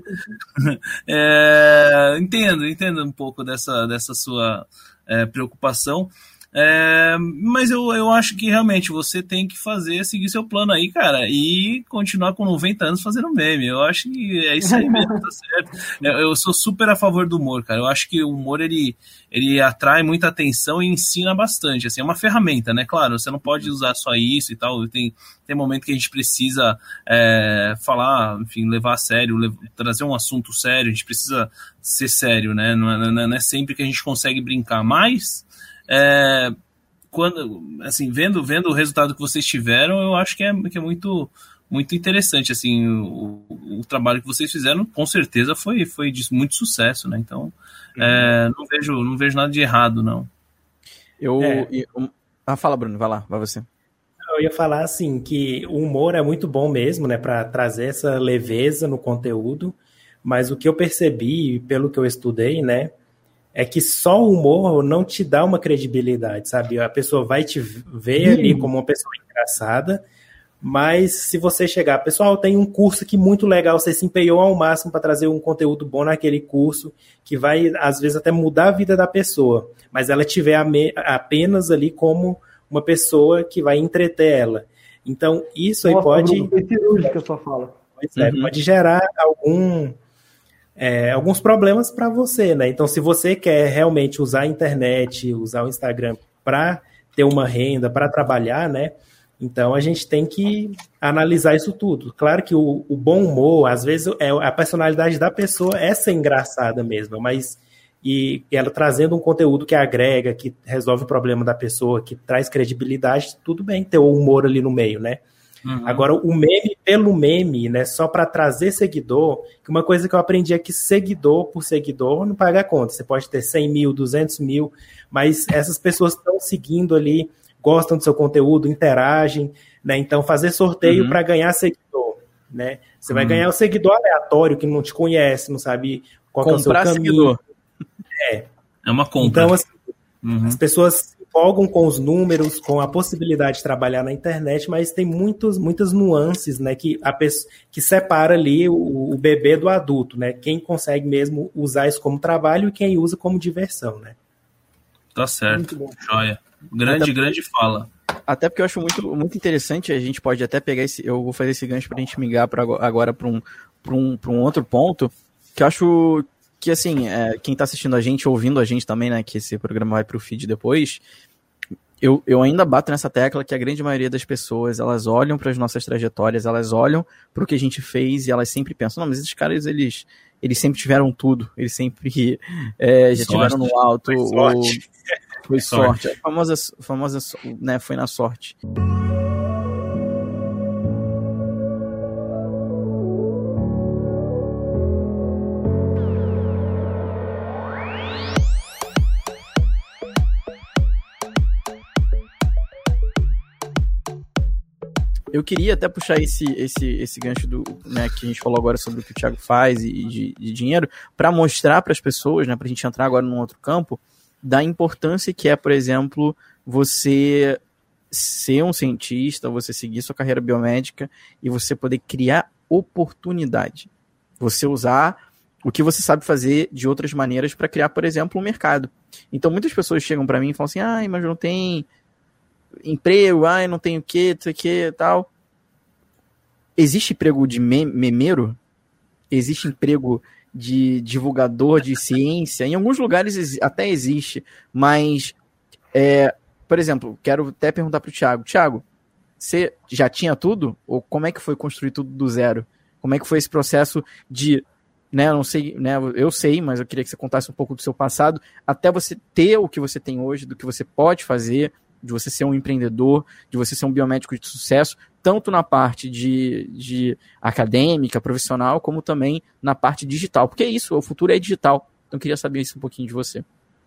[SPEAKER 3] É, entendo, entendo um pouco dessa, dessa sua é, preocupação, é, mas eu, eu acho que realmente você tem que fazer, seguir seu plano aí, cara, e continuar com noventa anos fazendo meme. Eu acho que é isso aí mesmo, tá certo. Eu, eu sou super a favor do humor, cara. Eu acho que o humor, ele, ele atrai muita atenção e ensina bastante. Assim, é uma ferramenta, né? Claro, você não pode usar só isso e tal. Tem, tem momento que a gente precisa é, falar, enfim, levar a sério, levar, trazer um assunto sério. A gente precisa ser sério, né? Não é, não é sempre que a gente consegue brincar, mas... É, quando, assim, vendo, vendo o resultado que vocês tiveram, eu acho que é, que é muito, muito interessante, assim, o, o, o trabalho que vocês fizeram, com certeza foi, foi de muito sucesso, né? Então, é, não, vejo, não vejo nada de errado, não.
[SPEAKER 1] Eu,
[SPEAKER 2] É.
[SPEAKER 1] eu... Ah, fala, Bruno, vai lá, vai você.
[SPEAKER 2] Eu ia falar, assim, que o humor é muito bom mesmo, né, para trazer essa leveza no conteúdo, mas o que eu percebi, pelo que eu estudei, né, é que só o humor não te dá uma credibilidade, sabe? A pessoa vai te ver ali como uma pessoa engraçada, mas se você chegar, pessoal, tem um curso aqui muito legal, você se empenhou ao máximo para trazer um conteúdo bom naquele curso, que vai, às vezes, até mudar a vida da pessoa, mas ela tiver apenas ali como uma pessoa que vai entreter ela. Então, isso
[SPEAKER 4] Nossa,
[SPEAKER 2] aí pode...
[SPEAKER 4] Bruno, foi cirúrgica a sua fala.
[SPEAKER 2] Pois é, uhum. Pode gerar algum... É, alguns problemas para você, né? Então, se você quer realmente usar a internet, usar o Instagram para ter uma renda, para trabalhar, né? Então, a gente tem que analisar isso tudo. Claro que o, o bom humor, às vezes, é, a personalidade da pessoa é ser engraçada mesmo, mas e ela trazendo um conteúdo que agrega, que resolve o problema da pessoa, que traz credibilidade, tudo bem ter o humor ali no meio, né? Uhum. Agora, o meme pelo meme, né, só para trazer seguidor, que uma coisa que eu aprendi é que seguidor por seguidor não paga conta. Você pode ter cem mil, duzentos mil, mas essas pessoas estão seguindo ali, gostam do seu conteúdo, interagem, né? Então, fazer sorteio uhum. para ganhar seguidor, né? Você uhum. vai ganhar o seguidor aleatório que não te conhece, não sabe qual é o seu caminho. Seguidor. É.
[SPEAKER 3] É uma compra.
[SPEAKER 2] Então, assim, uhum. as pessoas empolgam com os números, com a possibilidade de trabalhar na internet, mas tem muitos, muitas nuances, né, que, a pessoa, que separa ali o, o bebê do adulto, né? Quem consegue mesmo usar isso como trabalho e quem usa como diversão, né?
[SPEAKER 3] Tá certo. Joia. Grande, até, grande fala.
[SPEAKER 1] Até porque eu acho muito, muito interessante, a gente pode até pegar esse, eu vou fazer esse gancho pra gente migrar pra, agora para um, pra um, pra um outro ponto, que eu acho que, assim, é, quem tá assistindo a gente, ouvindo a gente também, né, que esse programa vai pro feed depois, eu, eu ainda bato nessa tecla que a grande maioria das pessoas, elas olham para as nossas trajetórias, elas olham pro que a gente fez e elas sempre pensam, não, mas esses caras, eles, eles sempre tiveram tudo, eles sempre é, já estiveram no alto,
[SPEAKER 2] foi sorte,
[SPEAKER 1] ou, foi sorte. sorte. A famosa, a famosa, né, foi na sorte. Eu queria até puxar esse, esse, esse gancho do, né, que a gente falou agora sobre o que o Thiago faz e de, de dinheiro, para mostrar para as pessoas, né, para a gente entrar agora num outro campo, da importância que é, por exemplo, você ser um cientista, você seguir sua carreira biomédica e você poder criar oportunidade. Você usar o que você sabe fazer de outras maneiras para criar, por exemplo, um mercado. Então, muitas pessoas chegam para mim e falam assim, ah, mas não tem emprego, ai, não tem o que, não sei o que, tal. Existe emprego de mem- memeiro? Existe emprego de divulgador de ciência? Em alguns lugares ex- até existe, mas, é, por exemplo, quero até perguntar pro Thiago. Thiago, você já tinha tudo? Ou como é que foi construir tudo do zero? Como é que foi esse processo de, né, eu não sei, né, eu sei, mas eu queria que você contasse um pouco do seu passado, até você ter o que você tem hoje, do que você pode fazer, de você ser um empreendedor, de você ser um biomédico de sucesso, tanto na parte de, de acadêmica, profissional, como também na parte digital. Porque é isso, o futuro é digital. Então eu queria saber isso um pouquinho de você.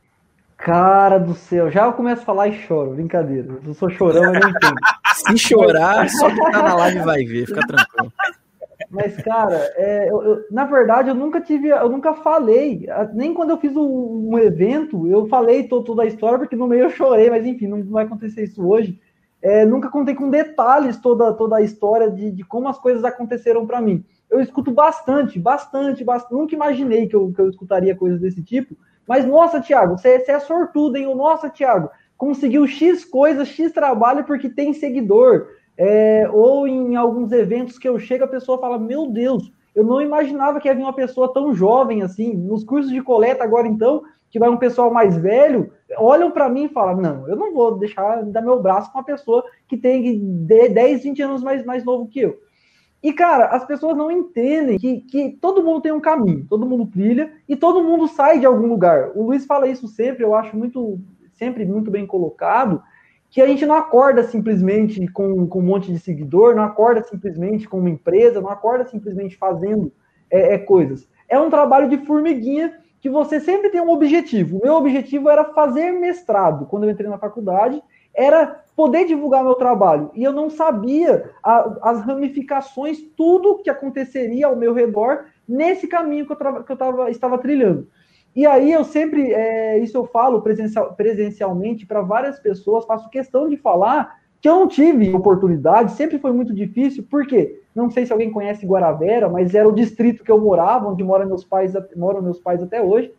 [SPEAKER 4] Cara do céu, já eu começo a falar e choro, brincadeira. Eu sou chorão, eu não entendo.
[SPEAKER 1] Se chorar, só quem tá na live vai ver, fica tranquilo.
[SPEAKER 4] Mas, cara, é, eu, eu, na verdade, eu nunca tive, eu nunca falei, nem quando eu fiz um, um evento, eu falei to, toda a história, porque no meio eu chorei, mas enfim, não vai acontecer isso hoje. É, nunca contei com detalhes toda, toda a história de, de como as coisas aconteceram para mim. Eu escuto bastante, bastante, bastante, nunca imaginei que eu, que eu escutaria coisas desse tipo, mas, nossa, Thiago, você, você é sortudo, hein? Nossa, Thiago, conseguiu X coisas, X trabalho porque tem seguidor. É, ou em alguns eventos que eu chego, a pessoa fala, meu Deus, eu não imaginava que ia vir uma pessoa tão jovem assim, nos cursos de coleta agora então, que vai um pessoal mais velho, olham para mim e falam, não, eu não vou deixar dar meu braço com uma pessoa que tem dez, vinte anos mais, mais novo que eu. E, cara, as pessoas não entendem que, que todo mundo tem um caminho, todo mundo trilha e todo mundo sai de algum lugar. O Luiz fala isso sempre, eu acho muito, sempre muito bem colocado, que a gente não acorda simplesmente com, com um monte de seguidor, não acorda simplesmente com uma empresa, não acorda simplesmente fazendo é, é, coisas. É um trabalho de formiguinha que você sempre tem um objetivo. O meu objetivo era fazer mestrado. Quando eu entrei na faculdade, era poder divulgar meu trabalho. E eu não sabia a, as ramificações, tudo que aconteceria ao meu redor nesse caminho que eu, tra- que eu tava, estava trilhando. E aí eu sempre, é, isso eu falo presencial, presencialmente para várias pessoas, faço questão de falar que eu não tive oportunidade, sempre foi muito difícil, porque, não sei se alguém conhece Guarabera, mas era o distrito que eu morava, onde moram meus pais, moram meus pais até hoje,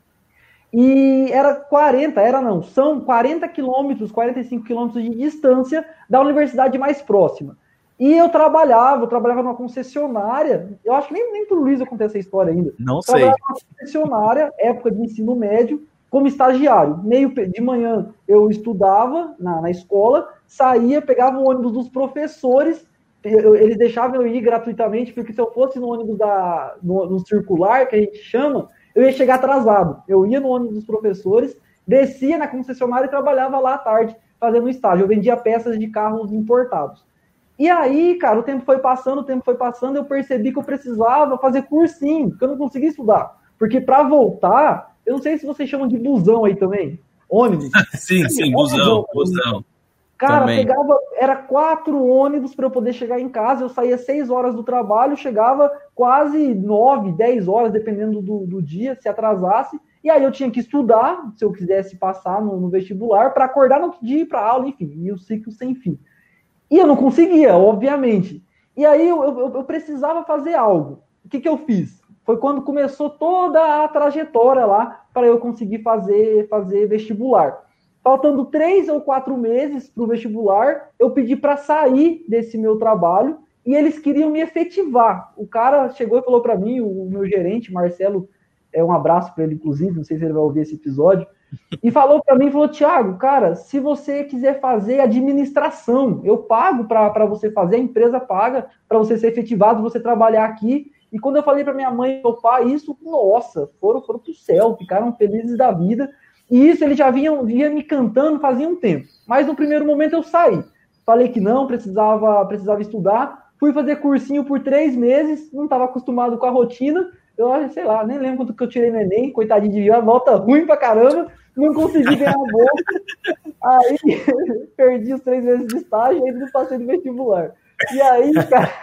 [SPEAKER 4] e era quarenta, era não, são quarenta quilômetros, quarenta e cinco quilômetros de distância da universidade mais próxima. E eu trabalhava, eu trabalhava numa concessionária, eu acho que nem, nem pro Luiz eu contei essa história ainda.
[SPEAKER 1] Não
[SPEAKER 4] eu
[SPEAKER 1] sei.
[SPEAKER 4] Trabalhava numa concessionária, época de ensino médio, como estagiário. Meio de manhã eu estudava na, na escola, saía, pegava o ônibus dos professores, eu, eles deixavam eu ir gratuitamente, porque se eu fosse no ônibus da, no, no circular, que a gente chama, eu ia chegar atrasado. Eu ia no ônibus dos professores, descia na concessionária e trabalhava lá à tarde, fazendo estágio. Eu vendia peças de carros importados. E aí, cara, o tempo foi passando, o tempo foi passando, eu percebi que eu precisava fazer cursinho, que eu não conseguia estudar. Porque para voltar, eu não sei se vocês chamam de busão aí também, ônibus.
[SPEAKER 3] Sim, sim, busão, busão.
[SPEAKER 4] Cara,
[SPEAKER 1] também.
[SPEAKER 4] pegava, era quatro ônibus para eu poder chegar em casa, eu saía seis horas do trabalho, chegava quase nove, dez horas, dependendo do, do dia, se atrasasse. E aí eu tinha que estudar, se eu quisesse passar no, no vestibular, para acordar no outro dia e ir para aula, enfim, e o ciclo sem fim. E eu não conseguia, obviamente. E aí eu, eu, eu precisava fazer algo. O que, que eu fiz? Foi quando começou toda a trajetória lá para eu conseguir fazer, fazer vestibular. Faltando três ou quatro meses para o vestibular, eu pedi para sair desse meu trabalho e eles queriam me efetivar. O cara chegou e falou para mim, o meu gerente, Marcelo, é um abraço para ele, inclusive, não sei se ele vai ouvir esse episódio, e falou para mim, falou, Thiago, cara, se você quiser fazer administração, eu pago para você fazer, a empresa paga para você ser efetivado, você trabalhar aqui. E quando eu falei para minha mãe e meu pai isso, nossa, foram, foram pro céu, ficaram felizes da vida. E isso eles já vinham, vinham me cantando fazia um tempo. Mas no primeiro momento eu saí. Falei que não, precisava, precisava estudar. Fui fazer cursinho por três meses, não estava acostumado com a rotina. Eu, sei lá, nem lembro quanto que eu tirei no Enem, coitadinho de uma nota ruim pra caramba. Não consegui ganhar a bolsa. Aí perdi os três meses de estágio e ainda não passei no vestibular. E aí, cara...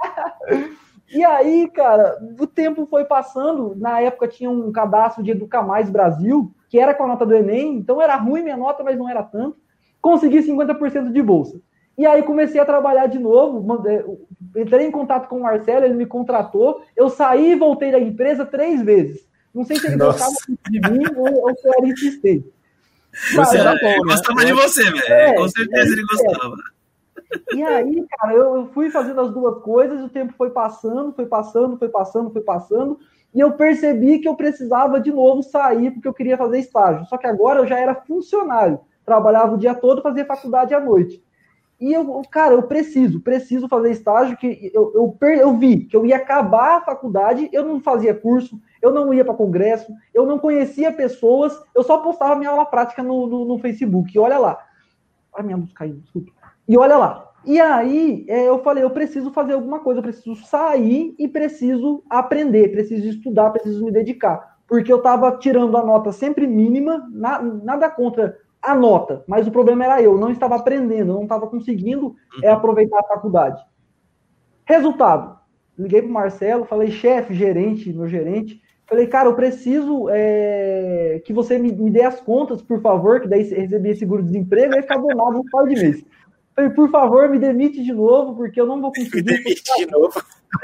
[SPEAKER 4] E aí, cara, o tempo foi passando. Na época tinha um cadastro de Educa Mais Brasil, que era com a nota do Enem, então era ruim minha nota, mas não era tanto. Consegui cinquenta por cento de bolsa. E aí comecei a trabalhar de novo, entrei em contato com o Marcelo, ele me contratou, eu saí e voltei da empresa três vezes. Não sei se ele
[SPEAKER 2] Nossa.
[SPEAKER 4] gostava de mim ou, ou se eu era insistente.
[SPEAKER 3] Você
[SPEAKER 1] era
[SPEAKER 3] era
[SPEAKER 1] bom, né?
[SPEAKER 3] Ele gostava de você, velho.
[SPEAKER 4] É,
[SPEAKER 3] Com certeza ele gostava.
[SPEAKER 4] E aí, cara, eu, eu fui fazendo as duas coisas, o tempo foi passando, foi passando, foi passando, foi passando, e eu percebi que eu precisava de novo sair, porque eu queria fazer estágio. Só que agora eu já era funcionário, trabalhava o dia todo, fazia faculdade à noite. E eu, cara, eu preciso, preciso fazer estágio, que eu, eu, eu vi que eu ia acabar a faculdade, eu não fazia curso, eu não ia para congresso, eu não conhecia pessoas, eu só postava minha aula prática no, no, no Facebook, e olha lá. Ai, minha luz caiu, desculpa. E olha lá. E aí, é, eu falei, eu preciso fazer alguma coisa, eu preciso sair e preciso aprender, preciso estudar, preciso me dedicar. Porque eu estava tirando a nota sempre mínima, na, nada contra a nota, mas o problema era eu, não estava aprendendo, eu não estava conseguindo é, aproveitar a faculdade. Resultado, liguei para o Marcelo, falei, chefe, gerente, meu gerente, falei, cara, eu preciso é, que você me, me dê as contas, por favor, que daí recebi seguro-desemprego, aí ficar abonado um par de meses. Falei, por favor, me demite de novo, porque eu não vou conseguir. Me
[SPEAKER 2] demite de novo.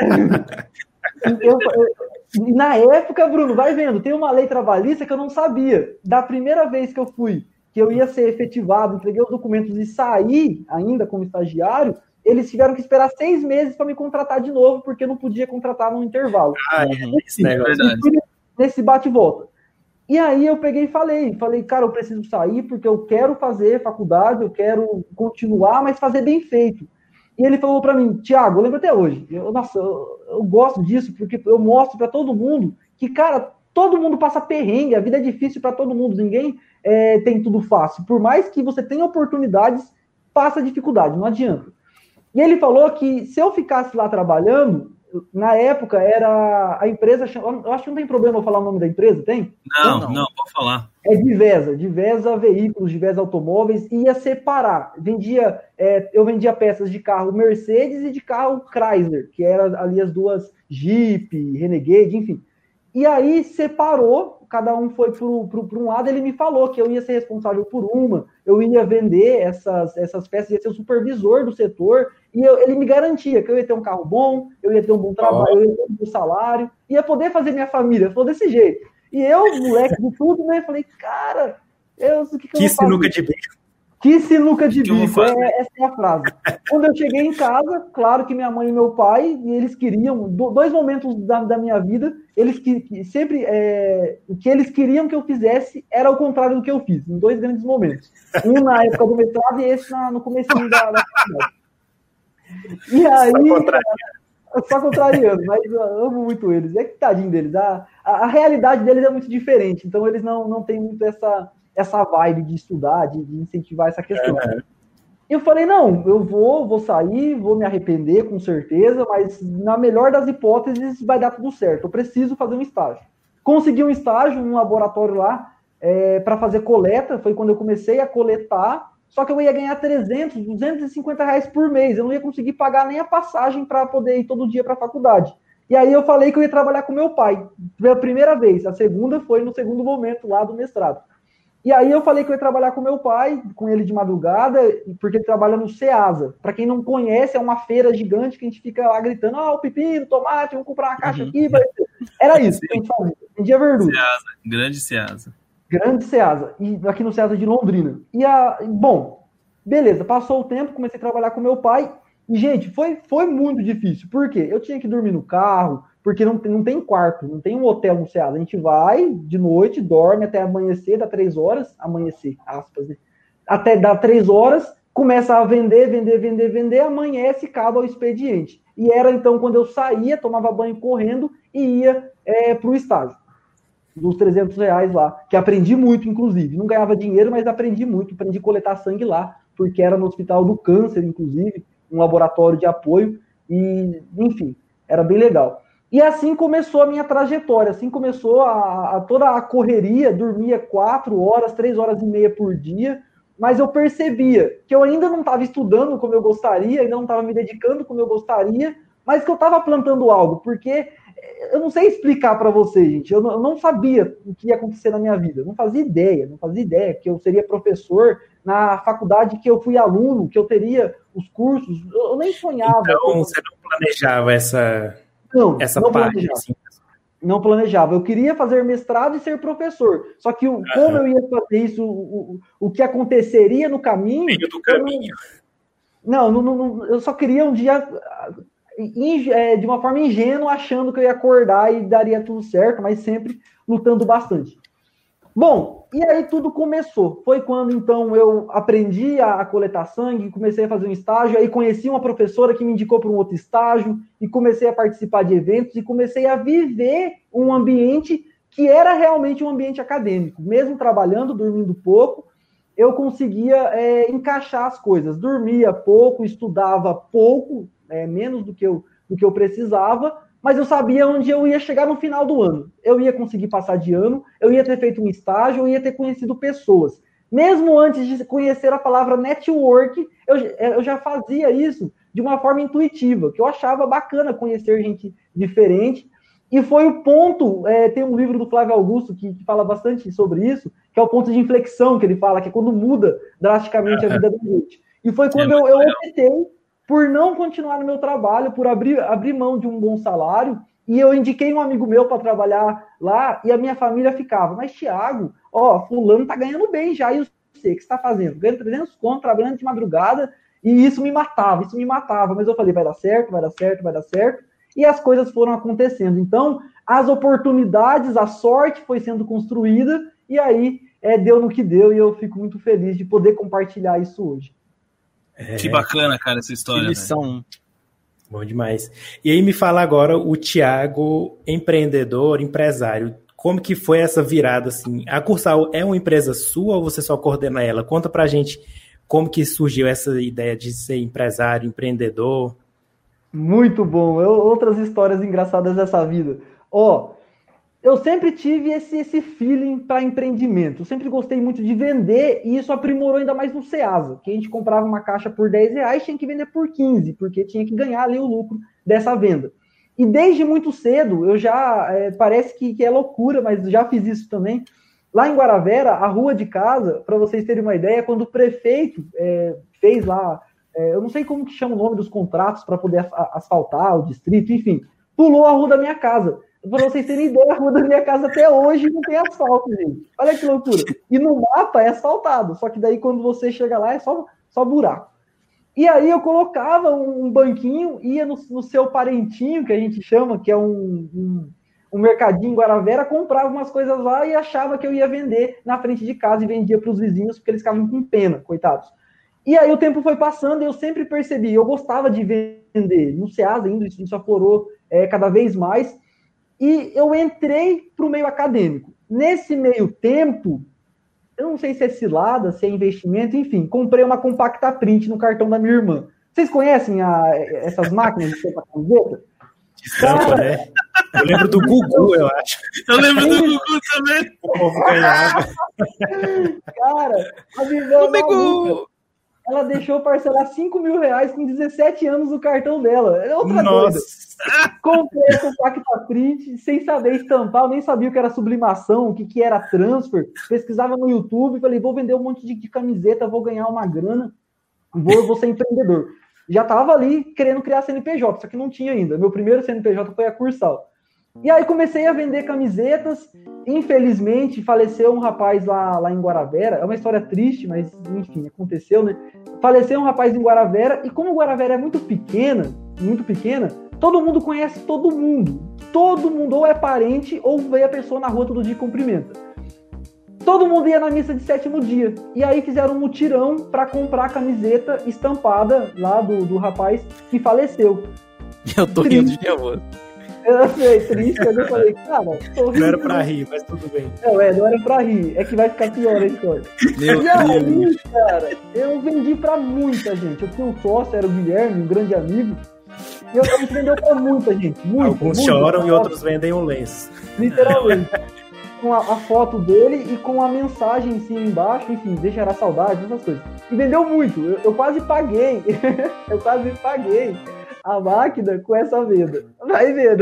[SPEAKER 4] eu, eu, na época, Bruno, vai vendo, tem uma lei trabalhista que eu não sabia. Da primeira vez que eu fui, que eu ia ser efetivado, entreguei os documentos e saí ainda como estagiário, eles tiveram que esperar seis meses para me contratar de novo, porque eu não podia contratar no intervalo.
[SPEAKER 2] Ah, é, esse negócio.
[SPEAKER 4] Nesse bate-volta. E aí eu peguei e falei, falei, cara, eu preciso sair porque eu quero fazer faculdade, eu quero continuar, mas fazer bem feito. E ele falou para mim, Thiago, eu lembro até hoje, eu, nossa, eu, eu gosto disso porque eu mostro para todo mundo que, cara, todo mundo passa perrengue, a vida é difícil para todo mundo, ninguém é, tem tudo fácil. Por mais que você tenha oportunidades, passa dificuldade, não adianta. E ele falou que se eu ficasse lá trabalhando, na época era a empresa, eu acho que não tem problema eu falar o nome da empresa, tem?
[SPEAKER 3] Não, não, não pode falar.
[SPEAKER 4] É Divesa, Divesa Veículos, Divesa Automóveis, ia separar. Vendia, é, eu vendia peças de carro Mercedes e de carro Chrysler, que eram ali as duas Jeep, Renegade, enfim. E aí separou, cada um foi para um lado, ele me falou que eu ia ser responsável por uma, eu ia vender essas, essas peças, ia ser o supervisor do setor, e eu, ele me garantia que eu ia ter um carro bom, eu ia ter um bom trabalho, eu ia ter um bom salário, ia poder fazer minha família, falou desse jeito. E eu, moleque de tudo, né, falei, cara, eu, o que, que, que eu vou fazer?
[SPEAKER 2] Sinuca de bico.
[SPEAKER 4] Que sinuca de bico, é, essa é a frase. Quando eu cheguei em casa, claro que minha mãe e meu pai, eles queriam, dois momentos da, da minha vida, eles que, que sempre, é, o que eles queriam que eu fizesse era o contrário do que eu fiz, em dois grandes momentos. Um na época do mestrado e esse na, no comecinho da, da faculdade. E aí... Só contrariando. Só contrariando, mas eu amo muito eles. É que tadinho deles. A, a, a realidade deles é muito diferente, então eles não, não têm muito essa... essa vibe de estudar, de, de incentivar essa questão. É. Eu falei, não, eu vou, vou sair, vou me arrepender com certeza, mas na melhor das hipóteses vai dar tudo certo. Eu preciso fazer um estágio. Consegui um estágio num laboratório lá é, para fazer coleta, foi quando eu comecei a coletar, só que eu ia ganhar trezentos, duzentos e cinquenta reais por mês, eu não ia conseguir pagar nem a passagem para poder ir todo dia para a faculdade. E aí eu falei que eu ia trabalhar com meu pai, pela primeira vez, a segunda foi no segundo momento lá do mestrado. E aí eu falei que eu ia trabalhar com meu pai, com ele de madrugada, porque ele trabalha no Ceasa. Para quem não conhece, é uma feira gigante que a gente fica lá gritando, ah, o pepino, tomate, vamos comprar uma caixa aqui. Era isso que a gente fazia. Vendia verdura.
[SPEAKER 3] Ceasa, grande Ceasa.
[SPEAKER 4] Grande Ceasa. E aqui no Ceasa de Londrina. E a, bom, beleza, passou o tempo, comecei a trabalhar com meu pai. E, gente, foi, foi muito difícil. Por quê? Eu tinha que dormir no carro, porque não, não tem quarto, não tem um hotel no Ceasa. A gente vai de noite, dorme até amanhecer, dá três horas, amanhecer, aspas, né? Até dá três horas, começa a vender, vender, vender, vender, amanhece e acaba o expediente. E era então quando eu saía, tomava banho correndo e ia é, para o estágio. Dos trezentos reais lá, que aprendi muito, inclusive. Não ganhava dinheiro, mas aprendi muito, aprendi a coletar sangue lá, porque era no Hospital do Câncer, inclusive, um laboratório de apoio, e, enfim, era bem legal. E assim começou a minha trajetória, assim começou a, a toda a correria, dormia quatro horas, três horas e meia por dia, mas eu percebia que eu ainda não estava estudando como eu gostaria, ainda não estava me dedicando como eu gostaria, mas que eu estava plantando algo, porque eu não sei explicar para vocês, gente, eu não, eu não sabia o que ia acontecer na minha vida, eu não fazia ideia, não fazia ideia que eu seria professor na faculdade que eu fui aluno, que eu teria os cursos, eu nem sonhava.
[SPEAKER 2] Então você não planejava essa...
[SPEAKER 4] Não,
[SPEAKER 2] Essa
[SPEAKER 4] não
[SPEAKER 2] parte,
[SPEAKER 4] planejava.
[SPEAKER 2] assim.
[SPEAKER 4] Não planejava. Eu queria fazer mestrado e ser professor. Só que o, como eu ia fazer isso, o, o, o que aconteceria no caminho...
[SPEAKER 2] Meio do caminho.
[SPEAKER 4] Não, não, não, não, eu só queria um dia, de uma forma ingênua, achando que eu ia acordar e daria tudo certo, mas sempre lutando bastante. Bom, e aí tudo começou. Foi quando, então, eu aprendi a, a coletar sangue, comecei a fazer um estágio, aí conheci uma professora que me indicou para um outro estágio, e comecei a participar de eventos, e comecei a viver um ambiente que era realmente um ambiente acadêmico. Mesmo trabalhando, dormindo pouco, eu conseguia é, encaixar as coisas. Dormia pouco, estudava pouco, é, menos do que, eu, do que eu precisava, mas eu sabia onde eu ia chegar no final do ano. Eu ia conseguir passar de ano, eu ia ter feito um estágio, eu ia ter conhecido pessoas. Mesmo antes de conhecer a palavra network, eu, eu já fazia isso de uma forma intuitiva, que eu achava bacana conhecer gente diferente. E foi o ponto, é, tem um livro do Flávio Augusto que, que fala bastante sobre isso, que é o ponto de inflexão que ele fala, que é quando muda drasticamente a vida da gente. E foi quando eu, eu optei por não continuar no meu trabalho, por abrir, abrir mão de um bom salário, e eu indiquei um amigo meu para trabalhar lá, e a minha família ficava, mas Thiago, ó, fulano tá ganhando bem já, e você, o que você tá fazendo? Ganhando trezentos conto, trabalhando de madrugada, e isso me matava, isso me matava, mas eu falei, vai dar certo, vai dar certo, vai dar certo, e as coisas foram acontecendo. Então, as oportunidades, a sorte foi sendo construída, e aí é, deu no que deu, e eu fico muito feliz de poder compartilhar isso hoje.
[SPEAKER 3] É, que bacana, cara, essa história.
[SPEAKER 1] Que lição.
[SPEAKER 2] Bom demais. E aí me fala agora o Thiago, empreendedor, empresário. como que foi essa virada, assim? A Cursal é uma empresa sua ou você só coordena ela? Conta pra gente como que surgiu essa ideia de ser empresário, empreendedor.
[SPEAKER 4] Muito bom. Eu, outras histórias engraçadas dessa vida. Ó, eu sempre tive esse, esse feeling para empreendimento. Eu sempre gostei muito de vender e isso aprimorou ainda mais no Ceasa, que a gente comprava uma caixa por dez reais, tinha que vender por quinze, porque tinha que ganhar ali o lucro dessa venda. E desde muito cedo, eu já, é, parece que, que é loucura, mas já fiz isso também. Lá em Guaravera, a rua de casa, para vocês terem uma ideia, quando o prefeito é, fez lá, é, eu não sei como que chama o nome dos contratos para poder asfaltar o distrito, enfim, pulou a rua da minha casa. Para vocês terem ideia, a rua da minha casa até hoje não tem asfalto, gente. Olha que loucura. E no mapa é asfaltado, só que daí quando você chega lá é só, só buraco. E aí eu colocava um banquinho, ia no, no seu parentinho, que a gente chama, que é um, um, um mercadinho em Guaravera, comprava umas coisas lá e achava que eu ia vender na frente de casa e vendia para os vizinhos, porque eles ficavam com pena, coitados. E aí o tempo foi passando e eu sempre percebi, eu gostava de vender. No Ceasa ainda, isso aflorou é, cada vez mais. E eu entrei para o meio acadêmico. Nesse meio tempo, eu não sei se é cilada, se é investimento, enfim, comprei uma compacta print no cartão da minha irmã. Vocês conhecem a, essas máquinas de estampa camiseta?
[SPEAKER 2] Estampa, né? Eu lembro do Gugu, eu acho.
[SPEAKER 3] Eu lembro do Gugu também.
[SPEAKER 2] O povo ganhava.
[SPEAKER 4] Cara, a minha Gugu, ela deixou parcelar cinco mil reais com dezessete anos no cartão dela. É outra
[SPEAKER 2] Nossa.
[SPEAKER 4] coisa. Comprei a compacta print sem saber estampar, eu nem sabia o que era sublimação, o que, que era transfer. Pesquisava no YouTube, falei, vou vender um monte de, de camiseta, vou ganhar uma grana, vou, vou ser empreendedor. Já estava ali querendo criar C N P J, só que não tinha ainda. Meu primeiro C N P J foi a Cursal. E aí comecei a vender camisetas. Infelizmente, faleceu um rapaz lá, lá em Guaravera. É uma história triste, mas enfim, aconteceu, né? Faleceu um rapaz em Guaravera, e como Guaravera é muito pequena, muito pequena, todo mundo conhece todo mundo. Todo mundo ou é parente ou vê a pessoa na rua todo dia e cumprimenta. Todo mundo ia na missa de sétimo dia. E aí fizeram um mutirão para comprar a camiseta estampada lá do, do rapaz que faleceu.
[SPEAKER 1] Eu tô rindo de nervoso.
[SPEAKER 4] Eu sei, triste, mas eu falei, cara, tô rindo.
[SPEAKER 2] Não era pra rir, mas tudo bem.
[SPEAKER 4] Não, é, não era pra rir. É que vai ficar pior a história.
[SPEAKER 1] Meu
[SPEAKER 4] e aí,
[SPEAKER 1] Deus.
[SPEAKER 4] cara, eu vendi pra muita gente. Eu tinha um sócio, era o Guilherme, um grande amigo. E eu, a gente vendeu pra muita gente. Muita,
[SPEAKER 2] Alguns
[SPEAKER 4] muita,
[SPEAKER 2] choram
[SPEAKER 4] muita,
[SPEAKER 2] e outros vendem um lenço.
[SPEAKER 4] Literalmente. Com a, a foto dele e com a mensagem em cima e embaixo, enfim, deixará saudade, essas coisas. E vendeu muito. Eu, eu quase paguei. eu quase paguei a máquina com essa venda. Vai vendo.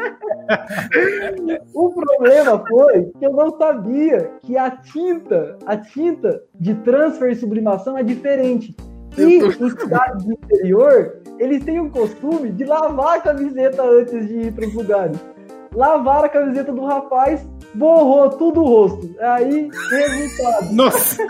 [SPEAKER 4] O problema foi que eu não sabia que a tinta, a tinta de transfer e sublimação é diferente. E em cidades do interior, eles têm o costume de lavar a camiseta antes de ir para os lugares. Lavaram a camiseta do rapaz, borrou tudo o rosto. Aí, resultado.
[SPEAKER 2] Nossa!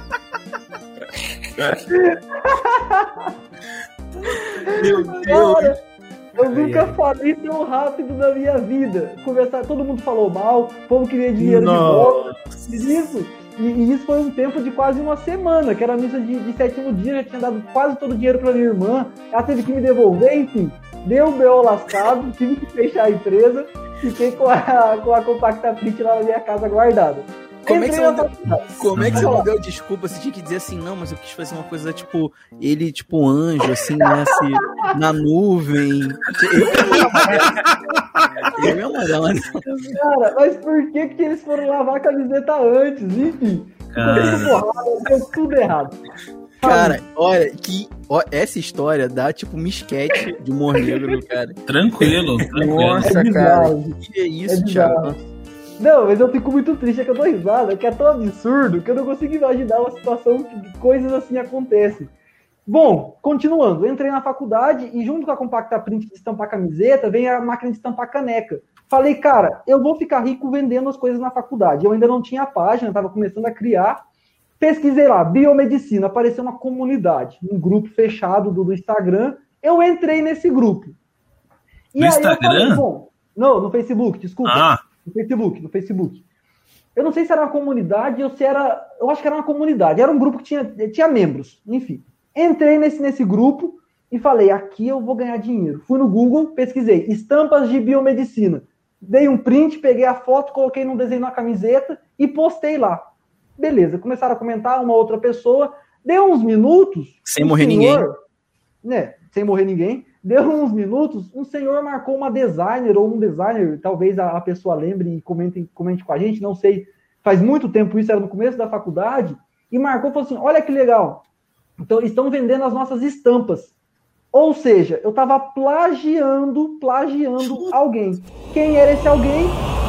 [SPEAKER 1] Meu Deus.
[SPEAKER 4] Cara, eu nunca falei tão rápido na minha vida. Conversar, todo mundo falou mal, o povo queria dinheiro
[SPEAKER 2] Nossa.
[SPEAKER 4] de volta. Isso. E, e isso foi um tempo de quase uma semana, que era a missa de, de sétimo dia, já tinha dado quase todo o dinheiro pra minha irmã, ela teve que me devolver, enfim. Deu o B O lascado, tive que fechar a empresa, fiquei com a, com a compacta print lá na minha casa guardada.
[SPEAKER 1] Como é, que você não deu,
[SPEAKER 4] faculdade.
[SPEAKER 1] como é que você não deu desculpa? Você tinha que dizer assim, não, mas eu quis fazer uma coisa tipo, ele tipo anjo, assim, né, assim, na nuvem. Eu ia mandar, mas...
[SPEAKER 4] Cara, mas por que que eles foram lavar a camiseta antes? Enfim, porrada, deu tudo errado.
[SPEAKER 1] Cara, olha, que, ó, essa história dá tipo um esquete de humor negro, cara.
[SPEAKER 3] Tranquilo, tranquilo.
[SPEAKER 1] Nossa,
[SPEAKER 4] É
[SPEAKER 1] cara,
[SPEAKER 4] bizarro.
[SPEAKER 1] que é isso,
[SPEAKER 4] É
[SPEAKER 1] Thiago?
[SPEAKER 4] Não, mas eu fico muito triste, é que eu dou risada, que é tão absurdo que eu não consigo imaginar uma situação que coisas assim acontecem. Bom, continuando, eu entrei na faculdade e junto com a compacta print de estampar camiseta, vem a máquina de estampar caneca. Falei, cara, eu vou ficar rico vendendo as coisas na faculdade. Eu ainda não tinha a página, estava começando a criar. Pesquisei lá, biomedicina, apareceu uma comunidade, um grupo fechado do, do Instagram. Eu entrei nesse grupo. E
[SPEAKER 3] no
[SPEAKER 4] aí
[SPEAKER 3] Instagram?
[SPEAKER 4] Eu falei, bom, não, no Facebook, desculpa.
[SPEAKER 3] Ah.
[SPEAKER 4] No Facebook, no Facebook. Eu não sei se era uma comunidade ou se era... Eu acho que era uma comunidade. Era um grupo que tinha, tinha membros. Enfim. Entrei nesse, nesse grupo e falei, aqui eu vou ganhar dinheiro. Fui no Google, pesquisei estampas de biomedicina. dei um print, peguei a foto, coloquei num desenho na camiseta e postei lá. Beleza, começaram a comentar uma outra pessoa, deu uns minutos...
[SPEAKER 1] Sem
[SPEAKER 4] um
[SPEAKER 1] morrer
[SPEAKER 4] senhor,
[SPEAKER 1] ninguém.
[SPEAKER 4] Né, sem morrer ninguém. Deu uns minutos, um senhor marcou uma designer ou um designer, talvez a, a pessoa lembre e comente, comente com a gente, não sei, faz muito tempo isso, era no começo da faculdade, e marcou e falou assim, olha que legal, então estão vendendo as nossas estampas. Ou seja, eu estava plagiando, plagiando alguém. Quem era esse alguém?